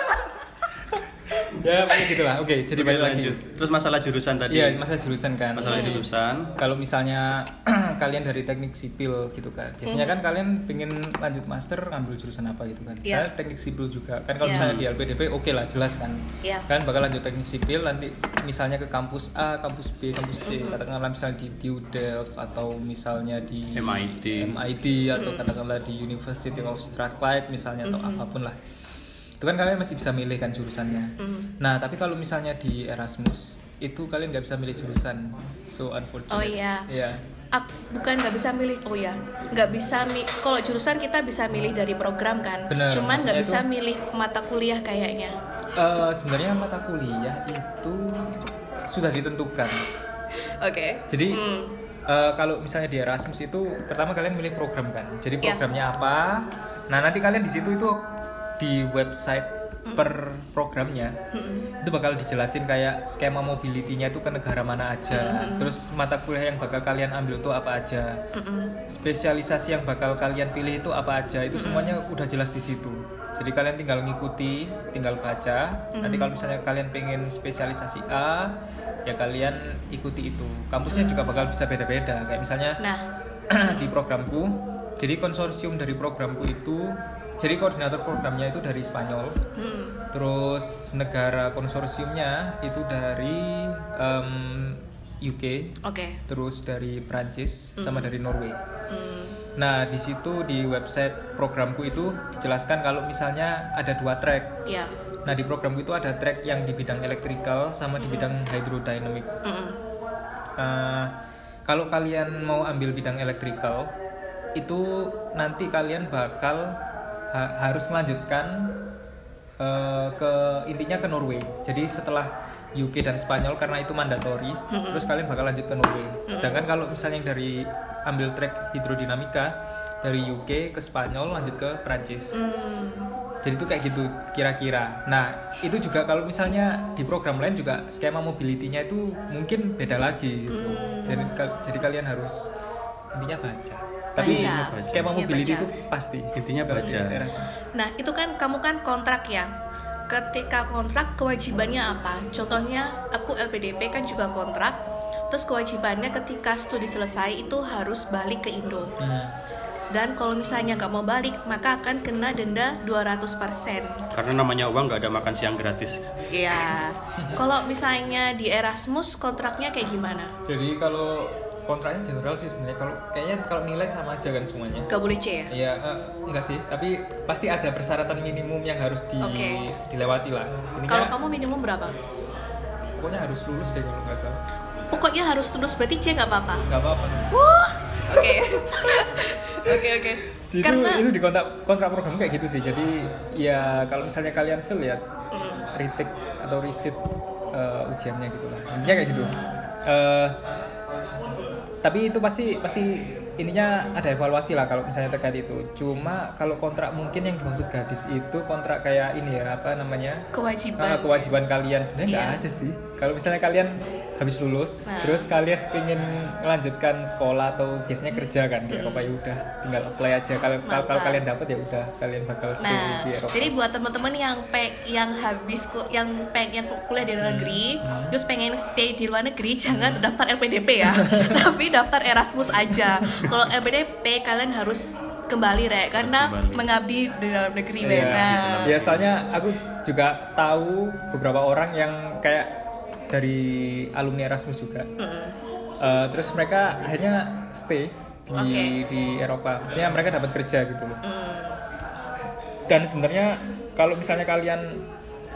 Ya kayak gitulah. Jadi balik lagi. Terus masalah jurusan tadi. Iya, masalah jurusan kan. Masalah jurusan. Kalau misalnya kalian dari teknik sipil gitu kan. Biasanya kan kalian pengen lanjut master ngambil jurusan apa gitu kan. Saya teknik sipil juga. Kan kalau misalnya di LPDP lah jelas kan. Kalian bakal lanjut teknik sipil nanti misalnya ke kampus A, kampus B, kampus C. Katakanlah misalnya di TU Delft atau misalnya di MIT atau katakanlah di University of Strathclyde misalnya atau apapun lah. Itu kan kalian masih bisa milih kan jurusannya. Nah tapi kalau misalnya di Erasmus itu kalian nggak bisa milih jurusan, so unfortunate. Bukan nggak bisa milih, nggak bisa. Kalau jurusan kita bisa milih dari program kan. Cuman nggak bisa milih mata kuliah kayaknya. Sebenarnya mata kuliah itu sudah ditentukan. Jadi kalau misalnya di Erasmus itu pertama kalian milih program kan. Jadi programnya apa? Nah nanti kalian di situ itu di website per programnya itu bakal dijelasin kayak skema mobility-nya itu ke negara mana aja, terus mata kuliah yang bakal kalian ambil itu apa aja, spesialisasi yang bakal kalian pilih itu apa aja, itu semuanya udah jelas di situ. Jadi kalian tinggal ngikuti, tinggal baca. Nanti kalau misalnya kalian pengen spesialisasi A, ya kalian ikuti itu. Kampusnya juga bakal bisa beda-beda. Kayak misalnya di programku, jadi konsorsium dari programku itu, jadi koordinator programnya itu dari Spanyol, terus negara konsorsiumnya itu dari UK, terus dari Prancis, sama dari Norway. Nah di situ di website programku itu dijelaskan kalau misalnya ada 2 track. Nah di programku itu ada track yang di bidang electrical sama di bidang hydrodynamic. Kalau kalian mau ambil bidang electrical, itu nanti kalian bakal harus melanjutkan ke intinya ke Norway. Jadi setelah UK dan Spanyol karena itu mandatory, terus kalian bakal lanjut ke Norway. Sedangkan kalau misalnya yang dari ambil track hidrodinamika dari UK ke Spanyol lanjut ke Prancis. Jadi itu kayak gitu kira-kira. Nah itu juga kalau misalnya di program lain juga skema mobility-nya itu mungkin beda lagi gitu. Jadi kalian harus intinya baca. Tapi skema mobility itu pasti intinya baca. Nah itu kan kamu kan kontrak ya. Ketika kontrak kewajibannya apa? Contohnya aku LPDP kan juga kontrak. Terus kewajibannya ketika studi selesai itu harus balik ke Indo. Dan kalau misalnya nggak mau balik maka akan kena denda 200%. Karena namanya uang, nggak ada makan siang gratis. Iya. Kalau misalnya di Erasmus kontraknya kayak gimana? Jadi kalau kontraknya general sih sebenarnya, kalau nilai sama aja kan semuanya. Gak boleh C ya? Iya, enggak sih, tapi pasti ada persyaratan minimum yang harus dilewati lah. Kalau kamu minimum berapa? Pokoknya harus lulus deh kalau nggak salah. Pokoknya harus lulus, berarti C nggak apa-apa? Nggak apa-apa. Oke. Karena itu di kontrak program kayak gitu sih. Jadi ya kalau misalnya kalian fail ya retake atau resit ujiannya gitulah. Intinya kayak gitu. Tapi itu pasti ininya ada evaluasi lah kalau misalnya terkait itu. Cuma kalau kontrak mungkin yang dimaksud gadis itu kontrak kayak ini ya, apa namanya? Kewajiban kalian sebenarnya nggak ada sih. Kalau misalnya kalian habis lulus, terus kalian pengen melanjutkan sekolah atau biasanya kerja kan di Eropa, ya udah tinggal apply aja. Kalau kalian dapat ya udah kalian bakal stay di Eropa. Jadi buat teman-teman yang pengen kuliah di luar negeri, terus pengen stay di luar negeri, jangan daftar LPDP ya, tapi daftar Erasmus aja. Kalau LPDP kalian harus kembali karena mengabdi di dalam negeri. Biasanya aku juga tahu beberapa orang yang kayak dari alumni Erasmus juga. Terus mereka akhirnya stay di Eropa. Maksudnya mereka dapat kerja gitu loh. Dan sebenarnya kalau misalnya kalian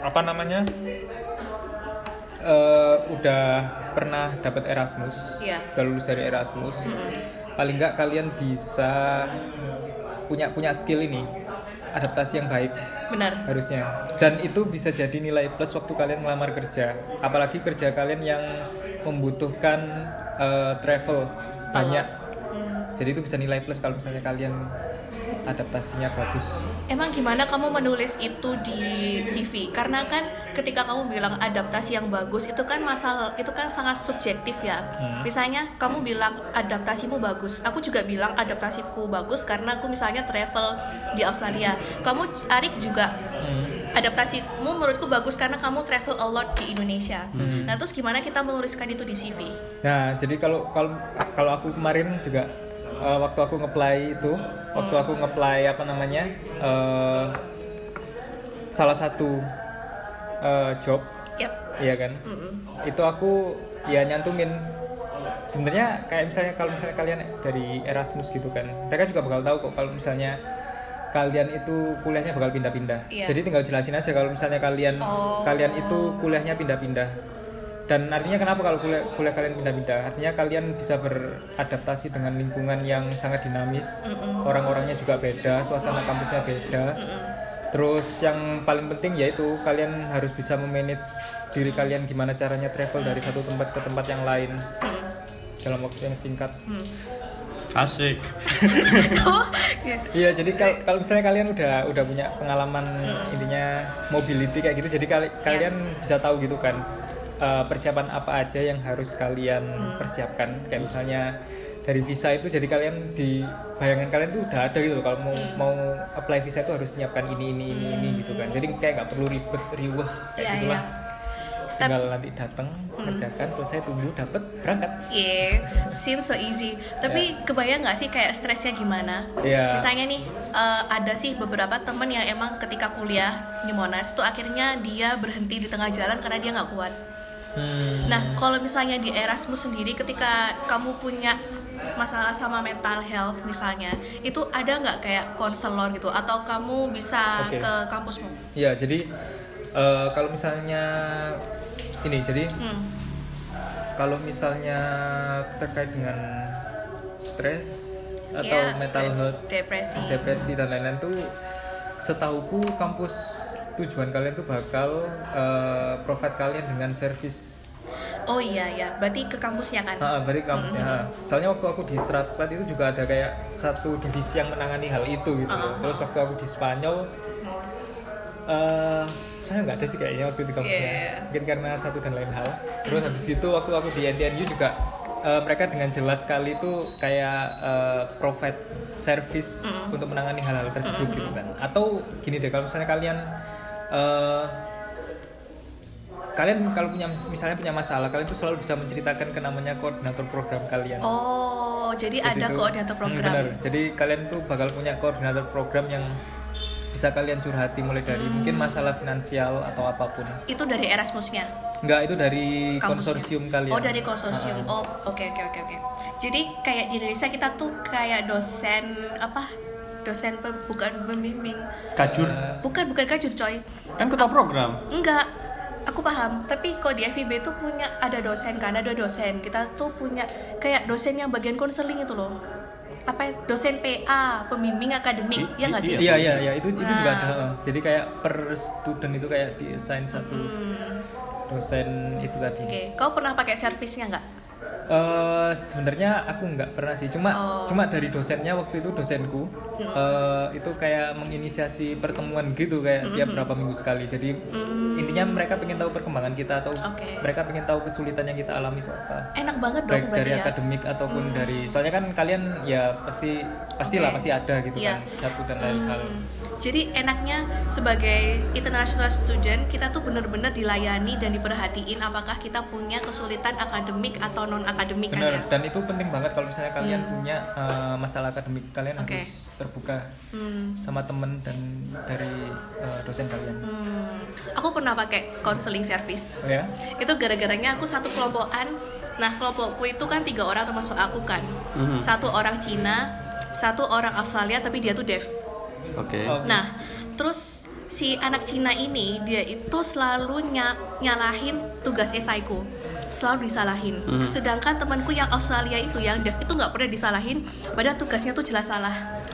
udah pernah dapat Erasmus, udah lulus dari Erasmus, paling nggak kalian bisa punya skill ini, adaptasi yang baik. Benar. Harusnya. Dan itu bisa jadi nilai plus waktu kalian melamar kerja. Apalagi kerja kalian yang membutuhkan travel banyak. Jadi itu bisa nilai plus kalau misalnya kalian adaptasinya bagus. Emang gimana kamu menulis itu di CV? Karena kan ketika kamu bilang adaptasi yang bagus itu kan sangat subjektif ya. Misalnya kamu bilang adaptasimu bagus, aku juga bilang adaptasiku bagus karena aku misalnya travel di Australia. Kamu Arik juga adaptasimu menurutku bagus karena kamu travel a lot di Indonesia. Nah terus gimana kita menuliskan itu di CV? Nah jadi kalau aku kemarin juga waktu aku nge-apply salah satu job, iya kan? Itu aku ya nyantumin. Sebenarnya kayak misalnya kalau misalnya kalian dari Erasmus gitu kan, mereka juga bakal tahu kok kalau misalnya kalian itu kuliahnya bakal pindah-pindah. Jadi tinggal jelasin aja kalau misalnya kalian itu kuliahnya pindah-pindah. Dan artinya kenapa kalau kuliah kalian pindah-pindah? Artinya kalian bisa beradaptasi dengan lingkungan yang sangat dinamis, orang-orangnya juga beda, suasana kampusnya beda. Terus yang paling penting yaitu kalian harus bisa memanage diri kalian gimana caranya travel dari satu tempat ke tempat yang lain dalam waktu yang singkat. Asik. Iya, jadi kalau misalnya kalian udah punya pengalaman intinya mobility kayak gitu, jadi kalian bisa tahu gitu kan persiapan apa aja yang harus kalian persiapkan. Kayak misalnya dari visa itu, jadi kalian di bayangan kalian tuh udah ada gitu loh, kalau mau apply visa itu harus nyiapkan ini gitu kan. Jadi kayak nggak perlu ribet riwah kayak gitulah. Tinggal nanti datang, kerjakan, selesai, tunggu, dapet, berangkat. Seems so easy. Tapi kebayang nggak sih kayak stresnya gimana? Misalnya nih, ada sih beberapa temen yang emang ketika kuliah di Monash tuh akhirnya dia berhenti di tengah jalan karena dia nggak kuat. Nah, kalau misalnya di Erasmus sendiri, ketika kamu punya masalah sama mental health misalnya, itu ada nggak kayak konselor gitu, atau kamu bisa ke kampusmu? Iya, jadi kalau misalnya ini, jadi kalau misalnya terkait dengan stres atau mental health, depresi dan lain-lain tuh, setahuku kampus tujuan kalian tuh bakal provide kalian dengan service. Oh iya, berarti ke kampusnya kan? Berarti ke kampusnya. Soalnya waktu aku di Stratplat itu juga ada kayak satu divisi yang menangani hal itu gitu. Terus waktu aku di Spanyol, sebenarnya nggak ada sih kayaknya waktu di kampusnya. Mungkin karena satu dan lain hal. Terus habis itu waktu aku di NTNU juga mereka dengan jelas sekali tuh kayak provide service untuk menangani hal-hal tersebut gitu kan. Atau gini deh, kalau misalnya kalian kalau misalnya punya masalah, kalian tuh selalu bisa menceritakan ke namanya koordinator program kalian. Oh, jadi ada koordinator program. Benar. Jadi kalian tuh bakal punya koordinator program yang bisa kalian curhati, mulai dari mungkin masalah finansial atau apapun. Itu dari Erasmusnya? Enggak, itu dari kampusnya. Konsorsium kalian. Oh, dari konsorsium. Oh, oke. Jadi kayak di Indonesia kita tuh kayak dosen bukan pembimbing. Kajur. Bukan kajur, coy. Kan ketua program. Enggak. Aku paham, tapi kalau di FIB tuh ada dosen. Kita tuh punya kayak dosen yang bagian konseling itu loh. Dosen PA, pembimbing akademik, ya nggak sih? Iya, itu juga ada. Jadi kayak per student itu kayak di-assign satu dosen itu tadi. Oke. Kau pernah pakai servisnya nggak? Sebenarnya aku nggak pernah sih, cuma dari dosennya waktu itu dosenku itu kayak menginisiasi pertemuan gitu, kayak tiap berapa minggu sekali. Jadi intinya mereka pengen tahu perkembangan kita, atau mereka pengen tahu kesulitan yang kita alami itu apa. Enak banget dong, baik dari akademik ataupun dari, soalnya kan kalian ya pasti ada gitu kan, satu dan lain hal. Jadi enaknya sebagai international student, kita tuh benar-benar dilayani dan diperhatiin apakah kita punya kesulitan akademik atau non akademik. Benar, kan ya? Dan itu penting banget kalau misalnya kalian punya masalah akademik, kalian harus terbuka sama temen dan dari dosen kalian. Aku pernah pakai counseling service. Oh ya? Itu gara-garanya aku satu kelompokan. Nah, kelompokku itu kan 3 orang termasuk aku kan. 1 orang Cina, 1 orang Australia tapi dia tuh deaf. Oke. Nah, terus si anak Cina ini dia itu selalu nyalahin tugas esaiku, selalu disalahin. Sedangkan temanku yang Australia itu, yang deaf itu nggak pernah disalahin, padahal tugasnya tuh jelas salah.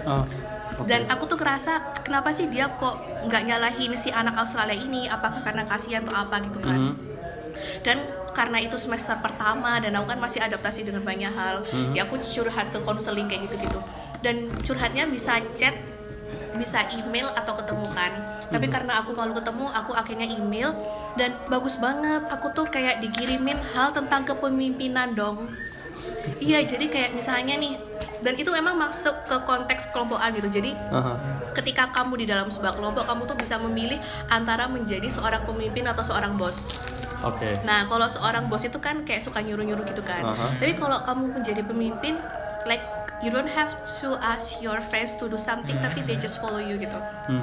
Dan aku tuh ngerasa kenapa sih dia kok nggak nyalahin si anak Australia ini? Apakah karena kasihan atau apa gitu kan? Dan karena itu semester pertama dan aku kan masih adaptasi dengan banyak hal, ya aku curhat ke konseling kayak gitu-gitu. Dan curhatnya bisa chat, bisa email atau ketemu kan. Tapi karena aku malu ketemu, aku akhirnya email, dan bagus banget. Aku tuh kayak dikirimin hal tentang kepemimpinan dong. Iya, jadi kayak misalnya nih, dan itu memang masuk ke konteks kelompokan gitu. Jadi ketika kamu di dalam sebuah kelompok, kamu tuh bisa memilih antara menjadi seorang pemimpin atau seorang bos. Nah, kalau seorang bos itu kan kayak suka nyuruh-nyuruh gitu kan. Tapi kalau kamu menjadi pemimpin, like you don't have to ask your friends to do something, tapi they just follow you gitu.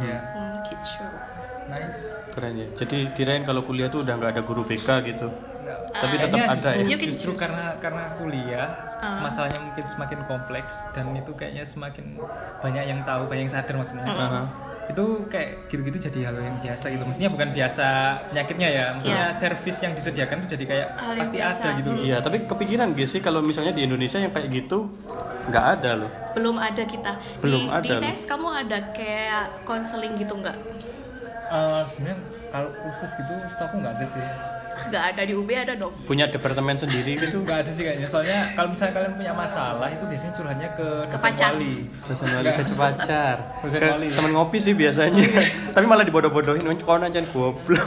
Gitu. Nice. Keren ya. Jadi kirain kalau kuliah tuh udah nggak ada guru BK gitu. Tapi tetap ada justru karena kuliah masalahnya mungkin semakin kompleks, dan itu kayaknya semakin banyak yang tahu, banyak yang sadar maksudnya. Itu kayak gitu-gitu jadi hal yang biasa gitu. Maksudnya bukan biasa penyakitnya ya. Maksudnya service yang disediakan tuh jadi kayak pasti ada gitu. Iya, tapi kepikiran gak sih kalau misalnya di Indonesia yang kayak gitu nggak ada loh. Belum ada kita. Belum ada. Di tes kamu ada kayak konseling gitu nggak? Sebenarnya kalau khusus gitu setahu aku nggak ada sih. Nggak ada, di UB ada dong. Punya departemen sendiri gitu? Nggak ada sih kayaknya. Soalnya kalau misalnya kalian punya masalah itu biasanya curhatnya ke dosen wali. Dosen wali ke pacar. Dosen ke wali. Temen ngopi sih biasanya. Tapi malah dibodoh-bodohin, kau nanyain goblok.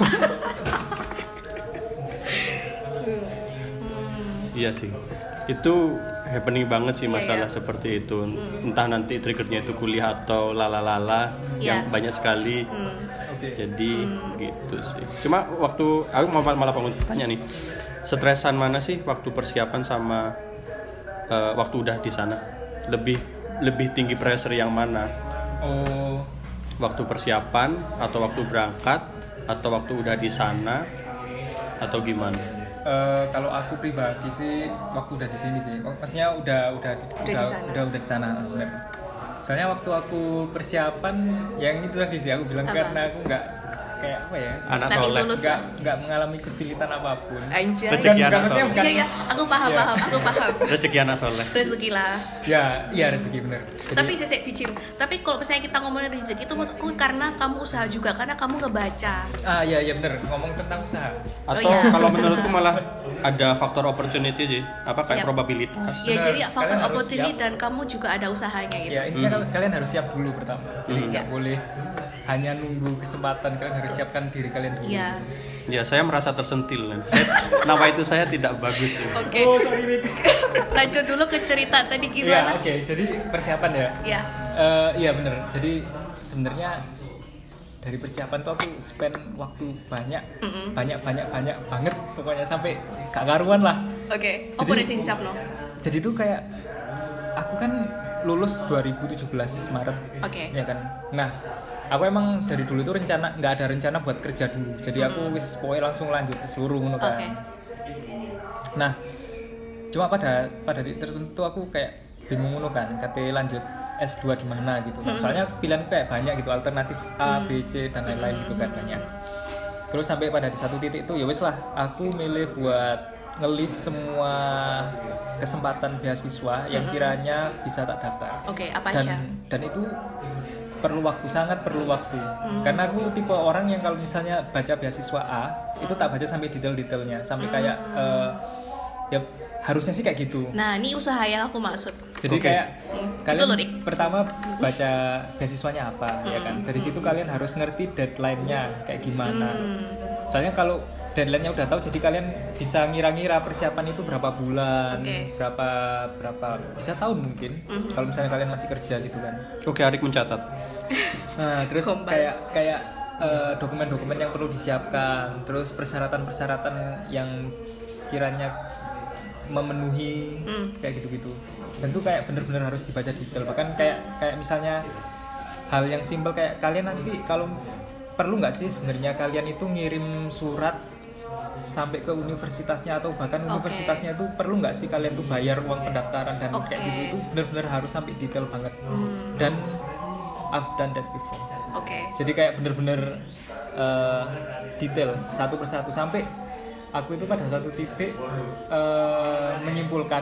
Iya sih. Itu happening banget sih masalah seperti itu. Entah nanti triggernya itu kuliah atau lala-lala yang banyak sekali. Jadi gitu sih. Cuma waktu aku malah pengen tanya nih, stresan mana sih waktu persiapan sama waktu udah di sana? Lebih tinggi pressure yang mana? Waktu persiapan atau waktu berangkat atau waktu udah di sana atau gimana? Kalau aku pribadi sih waktu udah di sini sih, maksudnya udah di sana, benar. Soalnya waktu aku persiapan, yang itu tadi sih aku bilang karena aku nggak kayak apa ya, anak soleh, nggak mengalami kesulitan apapun. Rezeki anak soleh. Iya, aku paham. Rezeki anak soleh. Rezeki lah. Iya rezeki bener. Tapi saya bicim. Tapi kalau misalnya kita ngomongin rezeki itu menurutku karena kamu usaha juga, karena kamu ngebaca. Iya bener, ngomong tentang usaha. Atau kalau menurutku malah ada faktor opportunity sih, kayak probabilitas. Ya jadi faktor opportunity dan kamu juga ada usahanya gitu. Ya intinya kalian harus siap dulu pertama. Jadi nggak boleh hanya nunggu kesempatan, kalian harus siapkan diri kalian dulu. Ya saya merasa tersentil. Nama itu saya tidak bagus. Oke. Lanjut dulu ke cerita tadi gimana? Oke. Jadi persiapan ya. Iya bener. Jadi sebenarnya dari persiapan tuh aku spend waktu banyak banget pokoknya sampai gak karuan lah. Oke. Apa sih siap no? Jadi tuh kayak aku kan lulus 2017 Maret. Ya kan. Nah, aku emang dari dulu tuh nggak ada rencana buat kerja dulu. Jadi aku pokoknya langsung lanjut ke seluruh ngono kan. Nah, cuma pada titik tertentu aku kayak bingung ngono kan, katanya lanjut S2 di mana gitu. Soalnya pilihan kayak banyak gitu, alternatif A, B, C dan lain-lain gitu kan banyak. Terus sampai pada di satu titik itu ya wes lah, aku milih buat ngelis semua kesempatan beasiswa yang kiranya bisa tak daftar. Apa aja? Dan itu sangat perlu waktu. Karena aku tipe orang yang kalau misalnya baca beasiswa A, itu tak baca sampai detail-detailnya, sampai kayak ya harusnya sih kayak gitu. Nah, ini usaha yang aku maksud. Jadi kayak kalian pertama baca beasiswanya apa, ya kan? Dari situ kalian harus ngerti deadline-nya kayak gimana. Soalnya kalau deadline-nya udah tahu, jadi kalian bisa ngira-ngira persiapan itu berapa bulan, berapa bisa tahun mungkin. Kalau misalnya kalian masih kerja gitu kan. Arik mencatat. Nah, terus kayak dokumen-dokumen yang perlu disiapkan, terus persyaratan-persyaratan yang kiranya memenuhi kayak gitu-gitu. Dan itu kayak bener-bener harus dibaca detail. Bahkan kayak misalnya hal yang simpel kayak kalian nanti kalau perlu nggak sih sebenarnya kalian itu ngirim surat sampai ke universitasnya, atau bahkan universitasnya itu perlu nggak sih kalian tuh bayar uang pendaftaran dan kayak gitu. Itu benar-benar harus sampai detail banget. Dan I've done that before. Jadi kayak benar-benar detail satu persatu sampai aku itu pada satu titik menyimpulkan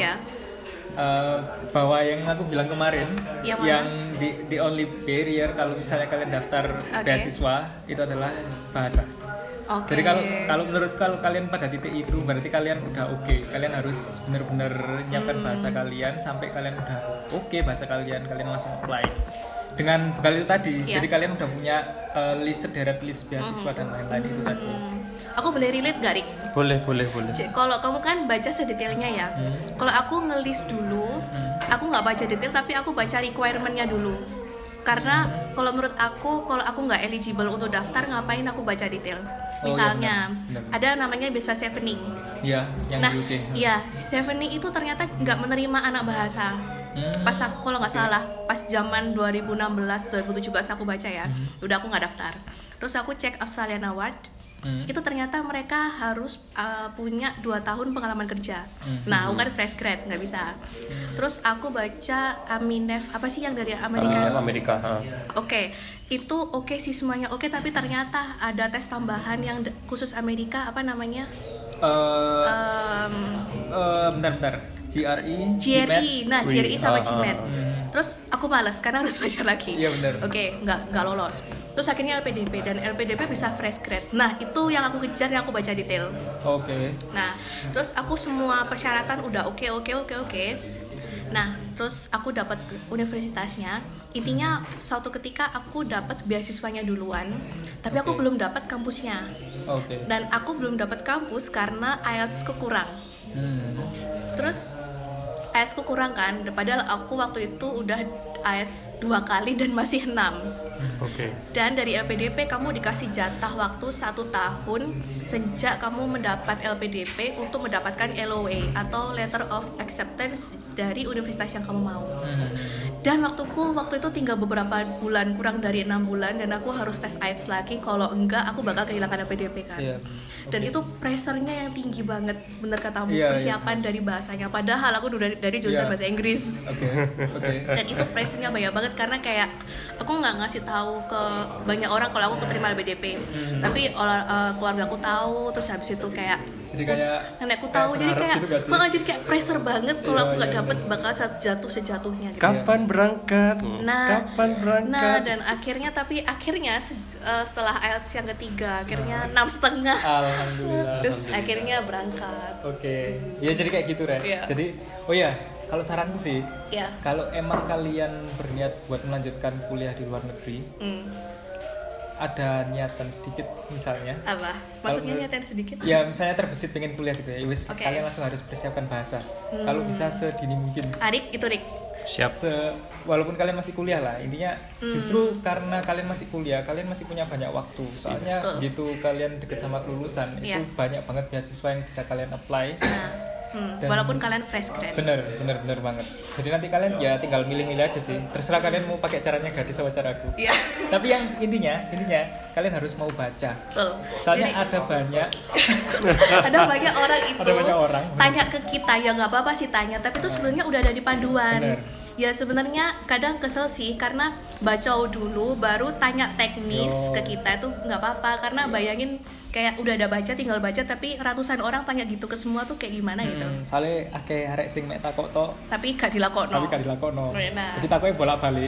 bahwa yang aku bilang kemarin yang the only barrier kalau misalnya kalian daftar beasiswa itu adalah bahasa. Jadi kalau menurut kalian pada titik itu berarti kalian udah kalian harus benar-benar nyiapkan bahasa kalian sampai kalian udah bahasa kalian langsung apply dengan bekal itu tadi. Jadi kalian udah punya sederet list beasiswa dan lain-lain itu tadi. Aku boleh relate gak, Rik? Boleh. Kalau kamu kan baca sedetailnya ya. Kalau aku ngelis dulu, aku nggak baca detail tapi aku baca requirement-nya dulu. Karena kalau menurut aku, kalau aku nggak eligible untuk daftar, ngapain aku baca detail? Misalnya, ada namanya visa chevening. Iya, yang di UK. Iya, chevening itu ternyata nggak menerima anak bahasa. Pas aku, kalau nggak salah, pas zaman 2016-2017 aku baca ya, udah aku nggak daftar. Terus aku cek Australian Award. Itu ternyata mereka harus punya 2 tahun pengalaman kerja. Nah, aku kan fresh grad, nggak bisa. Terus aku baca Aminef, apa sih yang dari Amerika? Amerika. Itu sih semuanya tapi ternyata ada tes tambahan yang khusus Amerika, apa namanya? Bentar. GRE. Nah, GRE sama GMAT. Terus aku malas karena harus belajar lagi. Iya benar. Nggak lolos. terus akhirnya LPDP, dan LPDP bisa fresh grade. Nah itu yang aku kejar, yang aku baca detail. Nah terus aku semua persyaratan udah oke. Nah terus aku dapat universitasnya. Intinya suatu ketika aku dapat beasiswanya duluan, tapi aku belum dapat kampusnya. Dan aku belum dapat kampus karena IELTS-ku kurang. Terus IELTS-ku kurang kan, padahal aku waktu itu udah IELTS 2 kali dan masih 6. Dan dari LPDP kamu dikasih jatah waktu 1 tahun sejak kamu mendapat LPDP untuk mendapatkan LOA atau Letter of Acceptance dari universitas yang kamu mau. Dan waktu itu tinggal beberapa bulan, kurang dari 6 bulan, dan aku harus tes IELTS lagi. Kalau enggak aku bakal kehilangan LPDP kan. Dan itu pressure-nya yang tinggi banget, bener katamu, persiapan dari bahasanya. Padahal aku dari jurusan bahasa Inggris. Dan itu pressure-nya banyak banget karena kayak aku nggak ngasih tahu ke banyak orang kalau aku keterima LPDP. Tapi keluarga aku tahu, terus habis itu kayak nenekku tahu, jadi kayak pressure banget kalau aku nggak dapet bakal jatuh sejatuhnya gitu. Kapan berangkat? Nah dan akhirnya setelah IELTS yang ketiga akhirnya 6,5. Alhamdulillah. Terus akhirnya berangkat. Ya jadi kayak gitu Jadi kalau saranku sih, kalau emang kalian berniat buat melanjutkan kuliah di luar negeri, ada niatan sedikit misalnya. Apa? Maksudnya niatan sedikit? Ya misalnya terbesit pengen kuliah gitu ya, kalian langsung harus persiapkan bahasa. Kalau bisa sedini mungkin. Rik. Siap. Walaupun kalian masih kuliah lah, intinya justru karena kalian masih kuliah, kalian masih punya banyak waktu. Soalnya begitu kalian deket sama kelulusan, itu banyak banget beasiswa yang bisa kalian apply. Walaupun kalian fresh grade. Bener banget. Jadi nanti kalian ya tinggal milih-milih aja sih. Terserah kalian mau pakai caranya gadis sama caraku. Tapi yang intinya kalian harus mau baca. Soalnya ada banyak orang itu tanya ke kita, ya nggak apa-apa sih tanya, tapi itu sebenarnya udah ada di panduan. Ya sebenarnya kadang kesel sih karena baca dulu baru tanya teknis ke kita, itu nggak apa-apa, karena bayangin kayak udah ada baca tinggal baca, tapi ratusan orang tanya gitu ke semua tuh kayak gimana gitu. Soalnya akeh arek sing mek takok tok tapi gak dilakokno. Jadi takoknya bolak-balik.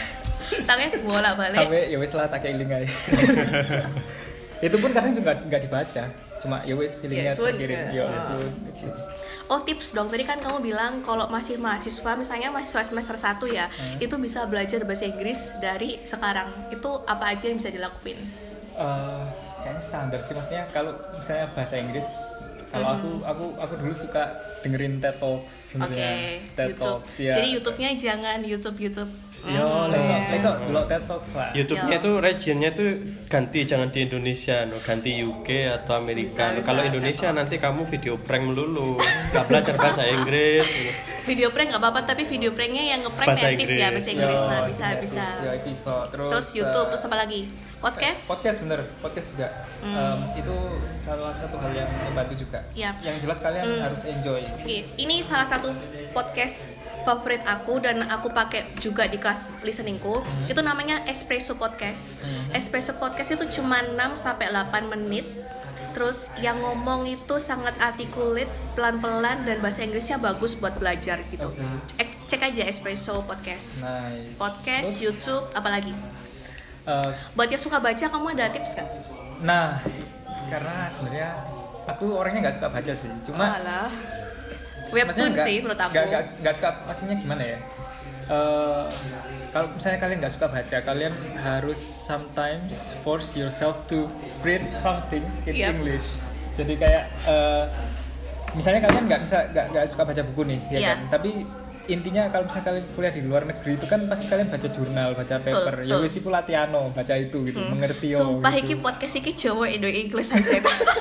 Sampai ya wis lah tak eling ae. Itu pun kadang juga enggak dibaca. Cuma ya wis silingnya terkirim. Oh tips dong, tadi kan kamu bilang kalau masih mahasiswa, misalnya mahasiswa semester 1 ya, itu bisa belajar bahasa Inggris dari sekarang. Itu apa aja yang bisa dilakuin? Kayaknya standar sih, maksudnya kalau misalnya bahasa Inggris, kalau aku dulu suka dengerin TED Talks sebenarnya. TED Talks ya. Jadi YouTube-nya jangan YouTube. Lesok dulu TED Talks lah. YouTube-nya itu regionnya itu ganti, jangan di Indonesia, ganti UK atau Amerika. Kalau Indonesia nanti kamu video prank melulu, nggak belajar bahasa Inggris. Video prank nggak apa-apa, tapi video pranknya yang ngeprank native ya bahasa Inggris. Nah bisa. Terus YouTube, terus apa lagi? Podcast bener, podcast juga. Itu salah satu hal yang membantu juga. Yang jelas kalian harus enjoy. Ini salah satu podcast favorit aku dan aku pakai juga di kelas listeningku. Itu namanya Espresso Podcast. Espresso Podcast itu cuma 6-8 menit. Terus yang ngomong itu sangat articulate, pelan-pelan, dan bahasa Inggrisnya bagus buat belajar gitu. Cek aja Espresso Podcast. Podcast, terus? YouTube, apalagi? Buat yang suka baca, kamu ada tips kan? Nah, karena sebenarnya aku orangnya nggak suka baca sih. Cuma webtoon sih menurut aku. Nggak suka, pastinya gimana ya? Kalau misalnya kalian nggak suka baca, kalian harus sometimes force yourself to read something in English. Jadi kayak misalnya kalian nggak suka baca buku nih, ya kan? Tapi intinya kalau misalnya kalian kuliah di luar negeri itu kan pasti kalian baca jurnal, baca paper. Ya wis iku latiano, baca itu gitu, mengerti yo. Sumpah gitu. Iki podcast iki Jawa Indo Inggris aja.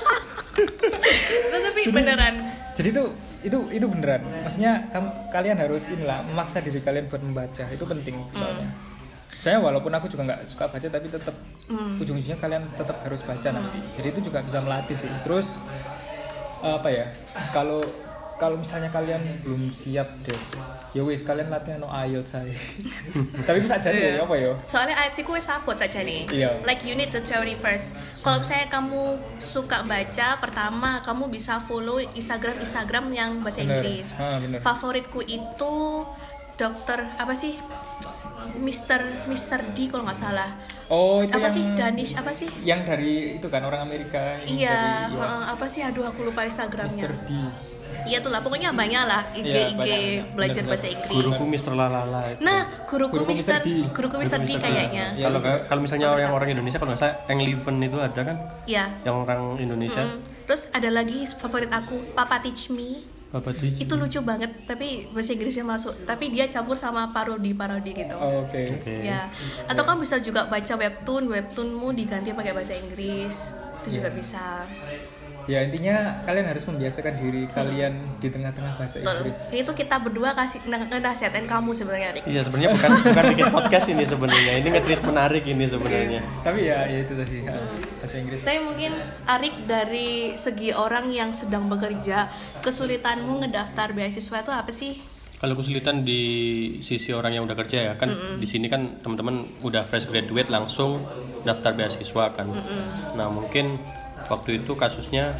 Tapi beneran. Jadi itu beneran. Maksudnya kalian harus memaksa diri kalian buat membaca. Itu penting soalnya. Soalnya walaupun aku juga nggak suka baca, tapi tetap ujung-ujungnya kalian tetap harus baca nanti. Jadi itu juga bisa melatih sih. Terus apa ya? Kalau misalnya kalian belum siap deh, ya wis kalian latihan IELTS saya. Tapi bisa jadi apa ya? Soalnya IELTS ku wis sabot saja nih. Like you need the theory first. Kalau misalnya kamu suka baca, pertama kamu bisa follow Instagram yang bahasa Inggris. Favoritku itu dokter apa sih? Mr. D kalau nggak salah. Oh, itu apa yang sih Danish apa sih? Yang dari itu kan orang Amerika. Iya, apa sih? Aduh aku lupa Instagramnya. Mr. D. Iya tuh lah, pokoknya banyak lah IG belajar bahasa Inggris. Guruku Mr. Lalala itu. Nah, guruku Mr. D kayaknya. Ya, kalau misalnya yang orang Indonesia kalau nggak salah Engliven itu ada kan? Iya. Yang orang Indonesia. Terus ada lagi favorit aku, Papa Teach Me. Itu lucu banget, tapi bahasa Inggrisnya masuk. Tapi dia campur sama parodi gitu. Oh, Oke. Ya. Atau kamu bisa juga baca webtoonmu diganti pakai bahasa Inggris. Itu juga bisa. Ya intinya kalian harus membiasakan diri kalian di tengah-tengah bahasa Inggris. Itu kita berdua kasih nasihatin kamu sebenarnya, Rik. Iya, sebenarnya bukan bikin podcast ini sebenarnya. Ini nge-treat menarik ini sebenarnya. Tapi ya itu tadi bahasa Inggris. Tapi mungkin Arik dari segi orang yang sedang bekerja, kesulitanmu ngedaftar beasiswa itu apa sih? Kalau kesulitan di sisi orang yang udah kerja ya kan, di sini kan teman-teman udah fresh graduate langsung daftar beasiswa kan. Nah mungkin waktu itu kasusnya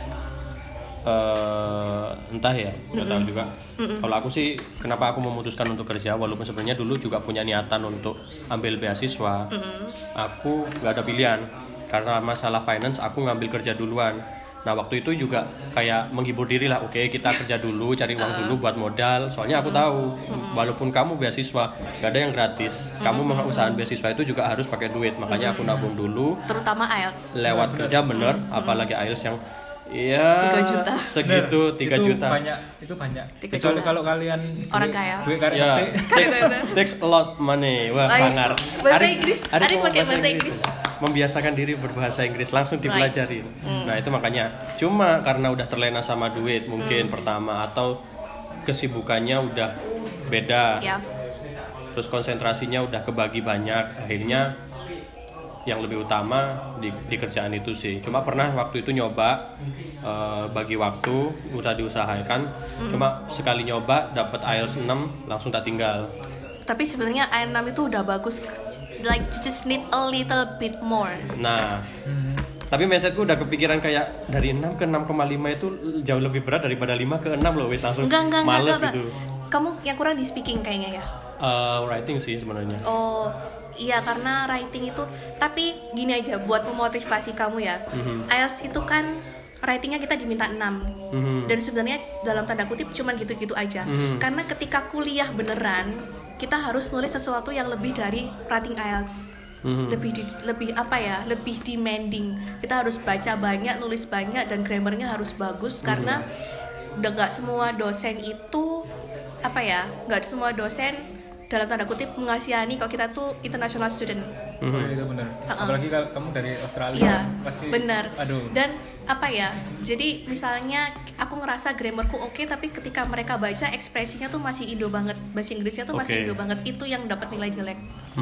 entah ya, nggak tahu juga. Kalau aku sih kenapa aku memutuskan untuk kerja walaupun sebenarnya dulu juga punya niatan untuk ambil beasiswa, aku nggak ada pilihan karena masalah finance aku ngambil kerja duluan. Nah waktu itu juga kayak menghibur diri lah, oke, kita kerja dulu, cari uang dulu buat modal. Soalnya aku tahu walaupun kamu beasiswa gak ada yang gratis, kamu usahain beasiswa itu juga harus pakai duit. Makanya aku nabung dulu, terutama IELTS lewat kerja bener, apalagi IELTS yang 3 juta segitu, 3 juta itu banyak. Kecuali kalau kalian orang kaya ya, takes a lot money. Wah, sangar. Bahasa Inggris, ada pakai bahasa Inggris. Membiasakan diri berbahasa Inggris langsung dipelajarin. Nah itu makanya cuma karena udah terlena sama duit mungkin pertama, atau kesibukannya udah beda, terus konsentrasinya udah kebagi banyak, akhirnya yang lebih utama di kerjaan itu sih. Cuma pernah waktu itu nyoba bagi waktu, diusahakan. Cuma sekali nyoba dapat IELTS 6 langsung tak tinggal. Tapi sebenarnya IELTS 6 itu udah bagus, like you just need a little bit more. Nah, tapi mindsetku udah kepikiran kayak dari 6 ke 6,5 itu jauh lebih berat daripada 5 ke 6 loh, wis langsung males gitu. Kamu yang kurang di speaking kayaknya ya? Writing sih sebenarnya. Oh, iya karena writing itu, tapi gini aja buat memotivasi kamu ya. IELTS itu kan ratingnya kita diminta 6. Dan sebenarnya dalam tanda kutip cuman gitu-gitu aja. Karena ketika kuliah beneran, kita harus nulis sesuatu yang lebih dari rating IELTS. Lebih demanding. Kita harus baca banyak, nulis banyak, dan grammarnya harus bagus karena nggak semua dosen itu nggak semua dosen dalam tanda kutip mengasihani kalau kita tuh international student. Itu benar. Apalagi kalau kamu dari Australia, iya, pasti benar. Aduh. Dan jadi misalnya aku ngerasa grammarku oke, tapi ketika mereka baca ekspresinya tuh masih Indo banget, bahasa Inggrisnya tuh masih Indo banget, itu yang dapat nilai jelek.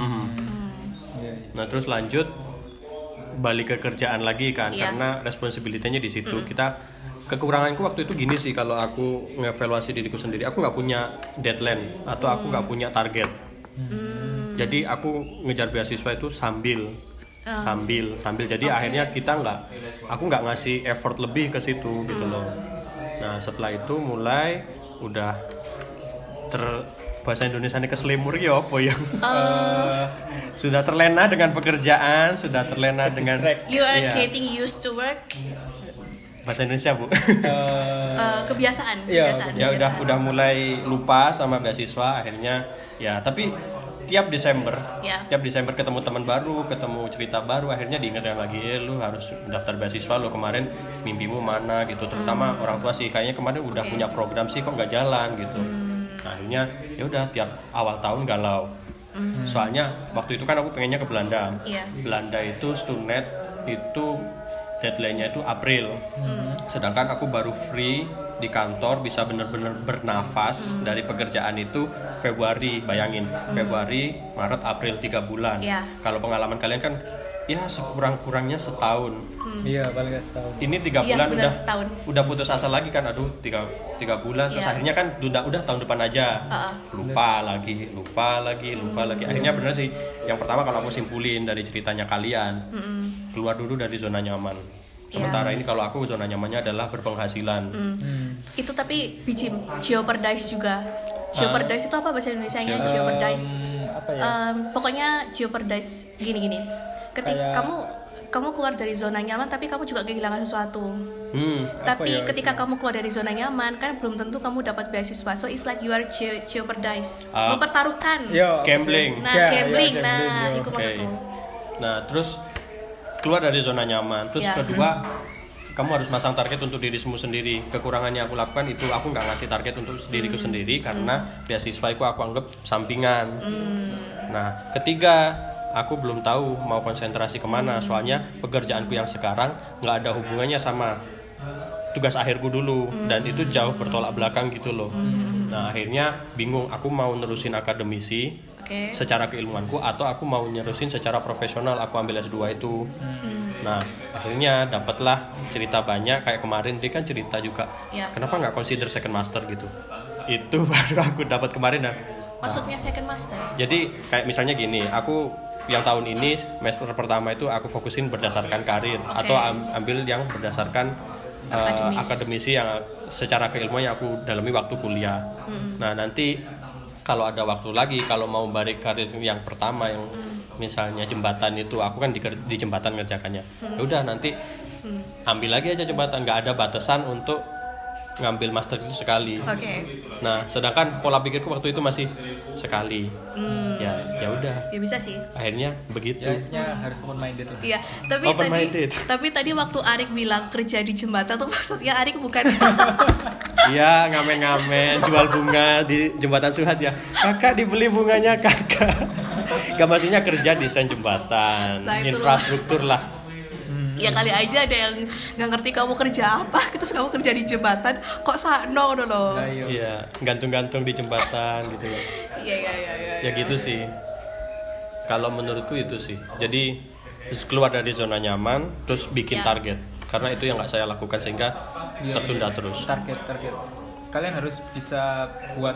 Nah terus lanjut balik ke kerjaan lagi kan, karena responsibility-nya di situ. Kekuranganku waktu itu gini sih, kalau aku ngevaluasi diriku sendiri, aku nggak punya deadline atau aku nggak punya target. Jadi aku ngejar beasiswa itu sambil. Jadi akhirnya aku nggak ngasih effort lebih ke situ gitu loh. Nah setelah itu mulai udah bahasa Indonesianya keselimur ya apa ya? Sudah terlena dengan pekerjaan, sudah terlena dengan you are getting used to work. Bahasa Indonesia bu. Kebiasaan. Ya udah mulai lupa sama beasiswa akhirnya ya. Tapi tiap Desember ketemu teman baru, ketemu cerita baru, akhirnya diingatkan lagi, lu harus daftar beasiswa, lo kemarin mimpimu mana gitu. Terutama orang tua sih, kayaknya kemarin udah punya program sih kok nggak jalan gitu. Nah, akhirnya ya udah tiap awal tahun galau. Soalnya waktu itu kan aku pengennya ke Belanda. Belanda itu Student itu deadline-nya itu April. Sedangkan aku baru free di kantor, bisa benar-benar bernafas dari pekerjaan itu Februari. Bayangin, Februari, Maret, April, 3 bulan. Kalau pengalaman kalian kan ya sekurang-kurangnya setahun. Iya, paling gak setahun. Ini 3 bulan udah putus asa lagi kan. Aduh, 3 bulan. Terus akhirnya kan udah tahun depan aja. Lupa lagi. Akhirnya bener sih, yang pertama kalau aku simpulin dari ceritanya kalian, keluar dulu dari zona nyaman. Sementara ini kalau aku zona nyamannya adalah berpenghasilan. Itu tapi jeopardize juga. Jeopardize itu apa bahasa Indonesianya? Jeopardize. apa ya? Pokoknya jeopardize gini. Ketika kamu keluar dari zona nyaman, tapi kamu juga kehilangan sesuatu. Tapi ketika kamu keluar dari zona nyaman, kan belum tentu kamu dapat beasiswa. So it's like you are jeopardize, mempertaruhkan. Gambling. Gambling. Itu maksudku. Nah, terus keluar dari zona nyaman. Terus kedua, kamu harus masang target untuk dirimu sendiri. Kekurangannya aku lakukan itu aku nggak ngasih target untuk diriku sendiri karena beasiswa itu aku anggap sampingan. Nah, ketiga, aku belum tahu mau konsentrasi kemana, soalnya pekerjaanku yang sekarang nggak ada hubungannya sama tugas akhirku dulu, dan itu jauh bertolak belakang gitu loh. Nah, akhirnya bingung, aku mau nerusin akademisi secara keilmuanku atau aku mau nerusin secara profesional, aku ambil S2 itu. Nah, akhirnya dapatlah cerita banyak, kayak kemarin dia kan cerita juga, kenapa nggak consider second master gitu. Itu baru aku dapat kemarin. Maksudnya second master? Jadi kayak misalnya gini, aku yang tahun ini semester pertama itu aku fokusin berdasarkan karir atau ambil yang berdasarkan akademisi yang secara keilmuan yang aku dalami waktu kuliah. Nah, nanti kalau ada waktu lagi, kalau mau balik karir yang pertama yang misalnya jembatan itu, aku kan di jembatan ngerjakannya. Ya udah, nanti ambil lagi aja jembatan, nggak ada batasan untuk ngambil master itu sekali. Nah, sedangkan pola pikirku waktu itu masih sekali. Ya udah. Ya bisa sih. Akhirnya begitu. Ya, harus open minded. Iya, tapi tadi waktu Arik bilang kerja di jembatan tuh maksudnya Arik bukan. Iya, ngamen-ngamen jual bunga di jembatan Suhat ya. Kakak dibeli bunganya kakak. Gak, maksudnya kerja desain jembatan, infrastruktur lah. Ya kali aja ada yang nggak ngerti kamu kerja apa, terus kamu kerja di jembatan, kok sakno loh. Iya, gantung-gantung di jembatan gitu ya. Iya. Ya gitu sih. Kalau menurutku itu sih. Jadi keluar dari zona nyaman, terus bikin target. Karena itu yang nggak saya lakukan sehingga tertunda terus. Target. Kalian harus bisa buat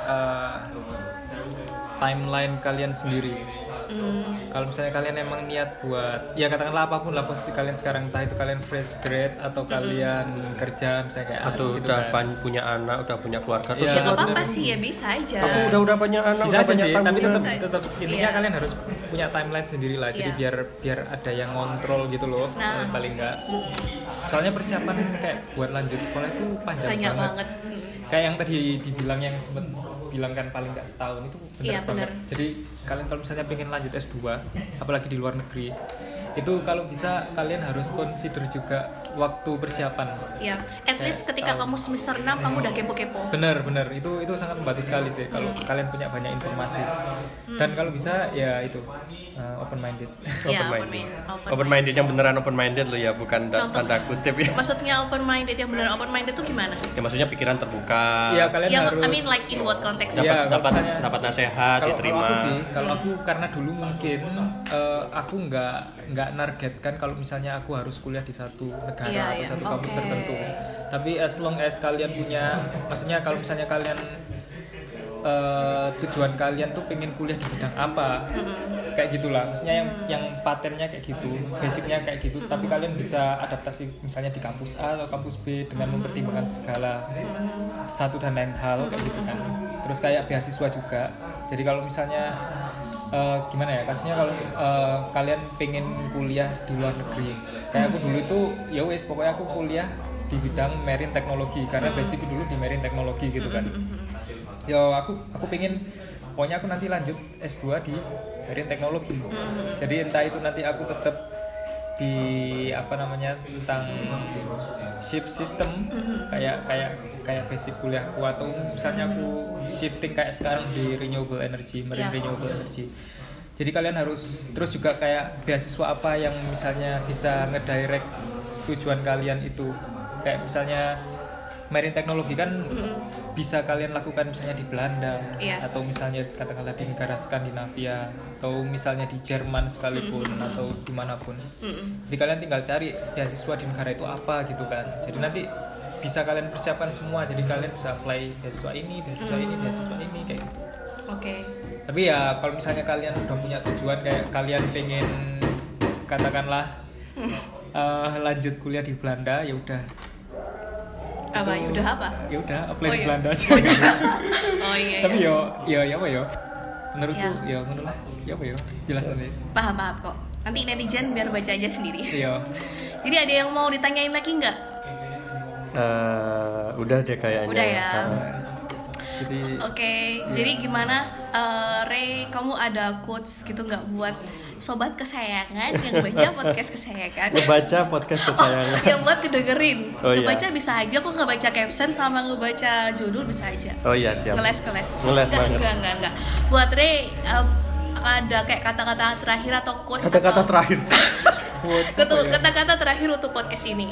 timeline kalian sendiri. Kalau misalnya kalian emang niat buat, ya katakanlah apapun lah posisi kalian sekarang, entah itu kalian fresh grade atau kalian kerja misalnya kayak atau gitu udah kan. Punya anak, udah punya keluarga, terus ya nggak apa-apa sih, ya bisa aja. Aku udah punya anak, bisa udah aja banyak sih, tapi tetap intinya kalian harus punya timeline sendiri lah. Jadi biar ada yang ngontrol gitu loh, paling enggak. Soalnya persiapan kayak buat lanjut sekolah itu panjang banget. Kayak yang tadi dibilang yang sempet bilang kan paling nggak setahun, itu benar banget. Jadi kalian kalau misalnya pengen lanjut S2 apalagi di luar negeri, itu kalau bisa kalian harus consider juga waktu persiapan. Iya, at least ketika kamu semester 6 kamu udah kepo-kepo. Bener, itu sangat membantu sekali sih kalau kalian punya banyak informasi. Dan kalau bisa ya itu open minded. Open minded yang beneran open minded loh ya, bukan tanda kutip ya. Maksudnya open minded yang beneran open minded tuh gimana? Ya maksudnya pikiran terbuka. Ya kalian harus. I mean like in what context? Dapat nasihat, diterima. Kalau aku karena dulu mungkin aku nggak nargetkan kalau misalnya aku harus kuliah di satu negara atau satu kampus tertentu. Tapi as long as kalian punya, maksudnya kalau misalnya kalian tujuan kalian tuh pengen kuliah di bidang apa, kayak gitulah. Maksudnya yang patennya kayak gitu, basicnya kayak gitu. Tapi kalian bisa adaptasi misalnya di kampus A atau kampus B dengan mempertimbangkan segala satu dan lain hal kayak gitu kan. Terus kayak beasiswa juga. Jadi kalau misalnya gimana ya, kasusnya kalau kalian pengen kuliah di luar negeri, kayak aku dulu itu ya wes pokoknya aku kuliah di bidang marine teknologi karena basicku dulu di marine teknologi gitu kan. Ya aku pengen pokoknya aku nanti lanjut S2 di marine teknologi. Jadi entah itu nanti aku tetap di tentang shift system kayak basic kuliahku, atau misalnya aku shifting kayak sekarang di renewable energy, marine renewable energy. Jadi kalian harus terus juga kayak beasiswa apa yang misalnya bisa ngedirect tujuan kalian itu. Kayak misalnya marine teknologi kan bisa kalian lakukan misalnya di Belanda atau misalnya katakanlah di negara Skandinavia atau misalnya di Jerman sekalipun atau dimanapun. Jadi kalian tinggal cari beasiswa di negara itu apa gitu kan. Jadi nanti bisa kalian persiapkan semua. Jadi kalian bisa apply beasiswa ini kayak gitu. Tapi ya kalau misalnya kalian udah punya tujuan kayak kalian pengen katakanlah lanjut kuliah di Belanda, ya udah. Ya udah apply di Belanda aja. Oh iya. Tapi yo menurutku ya ngono lah. Ya apa ya? Jelas nanti. Paham kok. Nanti netizen biar baca aja sendiri. Iya. Jadi ada yang mau ditanyain lagi nggak? Udah deh kayaknya. Udah ya. Jadi jadi gimana Ray, kamu ada quotes gitu nggak buat sobat kesayangan yang baca podcast kesayangan? Ngebaca podcast kesayangan. Yang buat kedengerin. Ngebaca iya. bisa aja kok, ngebaca caption sama ngebaca judul bisa aja. Oh iya, siap. Ngeles banget. Enggak. Buat Ray ada kayak kata-kata terakhir atau quotes terakhir. Kata-kata terakhir untuk podcast ini.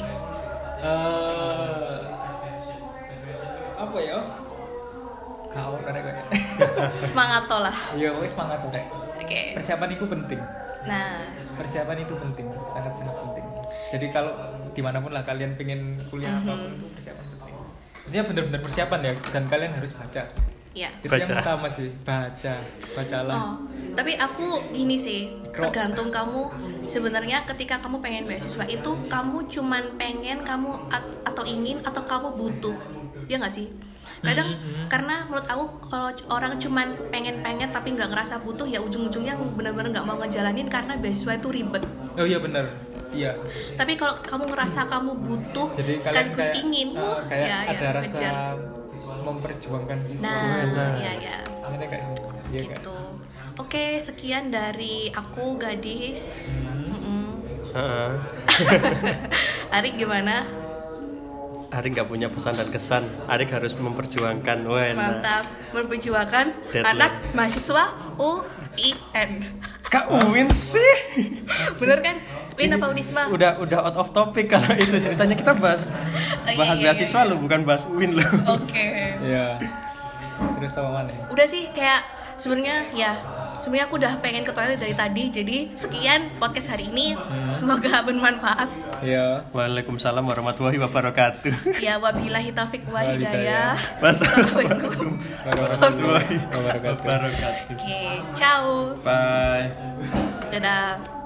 Apa ya? Kau kayak Semangat lah. Iya, pokoknya semangat kayak. Oke. Persiapan itu penting. Nah, persiapan itu penting, sangat-sangat penting. Jadi kalau dimanapun lah kalian pengen kuliah apapun itu persiapan penting. Maksudnya benar-benar persiapan ya, dan kalian harus baca. Iya. Itu yang utama sih, bacalah. Tapi aku gini sih, tergantung kamu. Sebenarnya ketika kamu pengen beasiswa itu, kamu cuman pengen kamu atau ingin atau kamu butuh, ya nggak sih? Kadang karena menurut aku kalau orang cuman pengen tapi nggak ngerasa butuh, ya ujung-ujungnya benar-benar nggak mau ngejalanin karena beasiswa itu ribet. Oh iya benar. Iya. Tapi kalau kamu ngerasa kamu butuh, jadi sekaligus kayak, ingin, kayak ada rasa kejar. Memperjuangkan sesuatu. Nah, iya. Ini kayak gitu. Oke, sekian dari aku, gadis. Arik gimana? Arik nggak punya pesan dan kesan. Arik harus memperjuangkan. Mantap, memperjuangkan anak mahasiswa UIN. Kak Uin sih. Bener kan? UIN apa Unisma? Udah out of topic kalau itu ceritanya, kita bahas beasiswa lu, bukan bahas UIN lu. Oke. Iya. Terus sama mana? Udah sih, kayak sebenarnya aku udah pengen ke toilet dari tadi. Jadi sekian podcast hari ini. Semoga bermanfaat. Iya. Waalaikumsalam warahmatullahi wabarakatuh. Ya, wabillahi taufik wa hidayah. Wassalamualaikum warahmatullahi wabarakatuh. Oke, ciao. Bye. Dadah.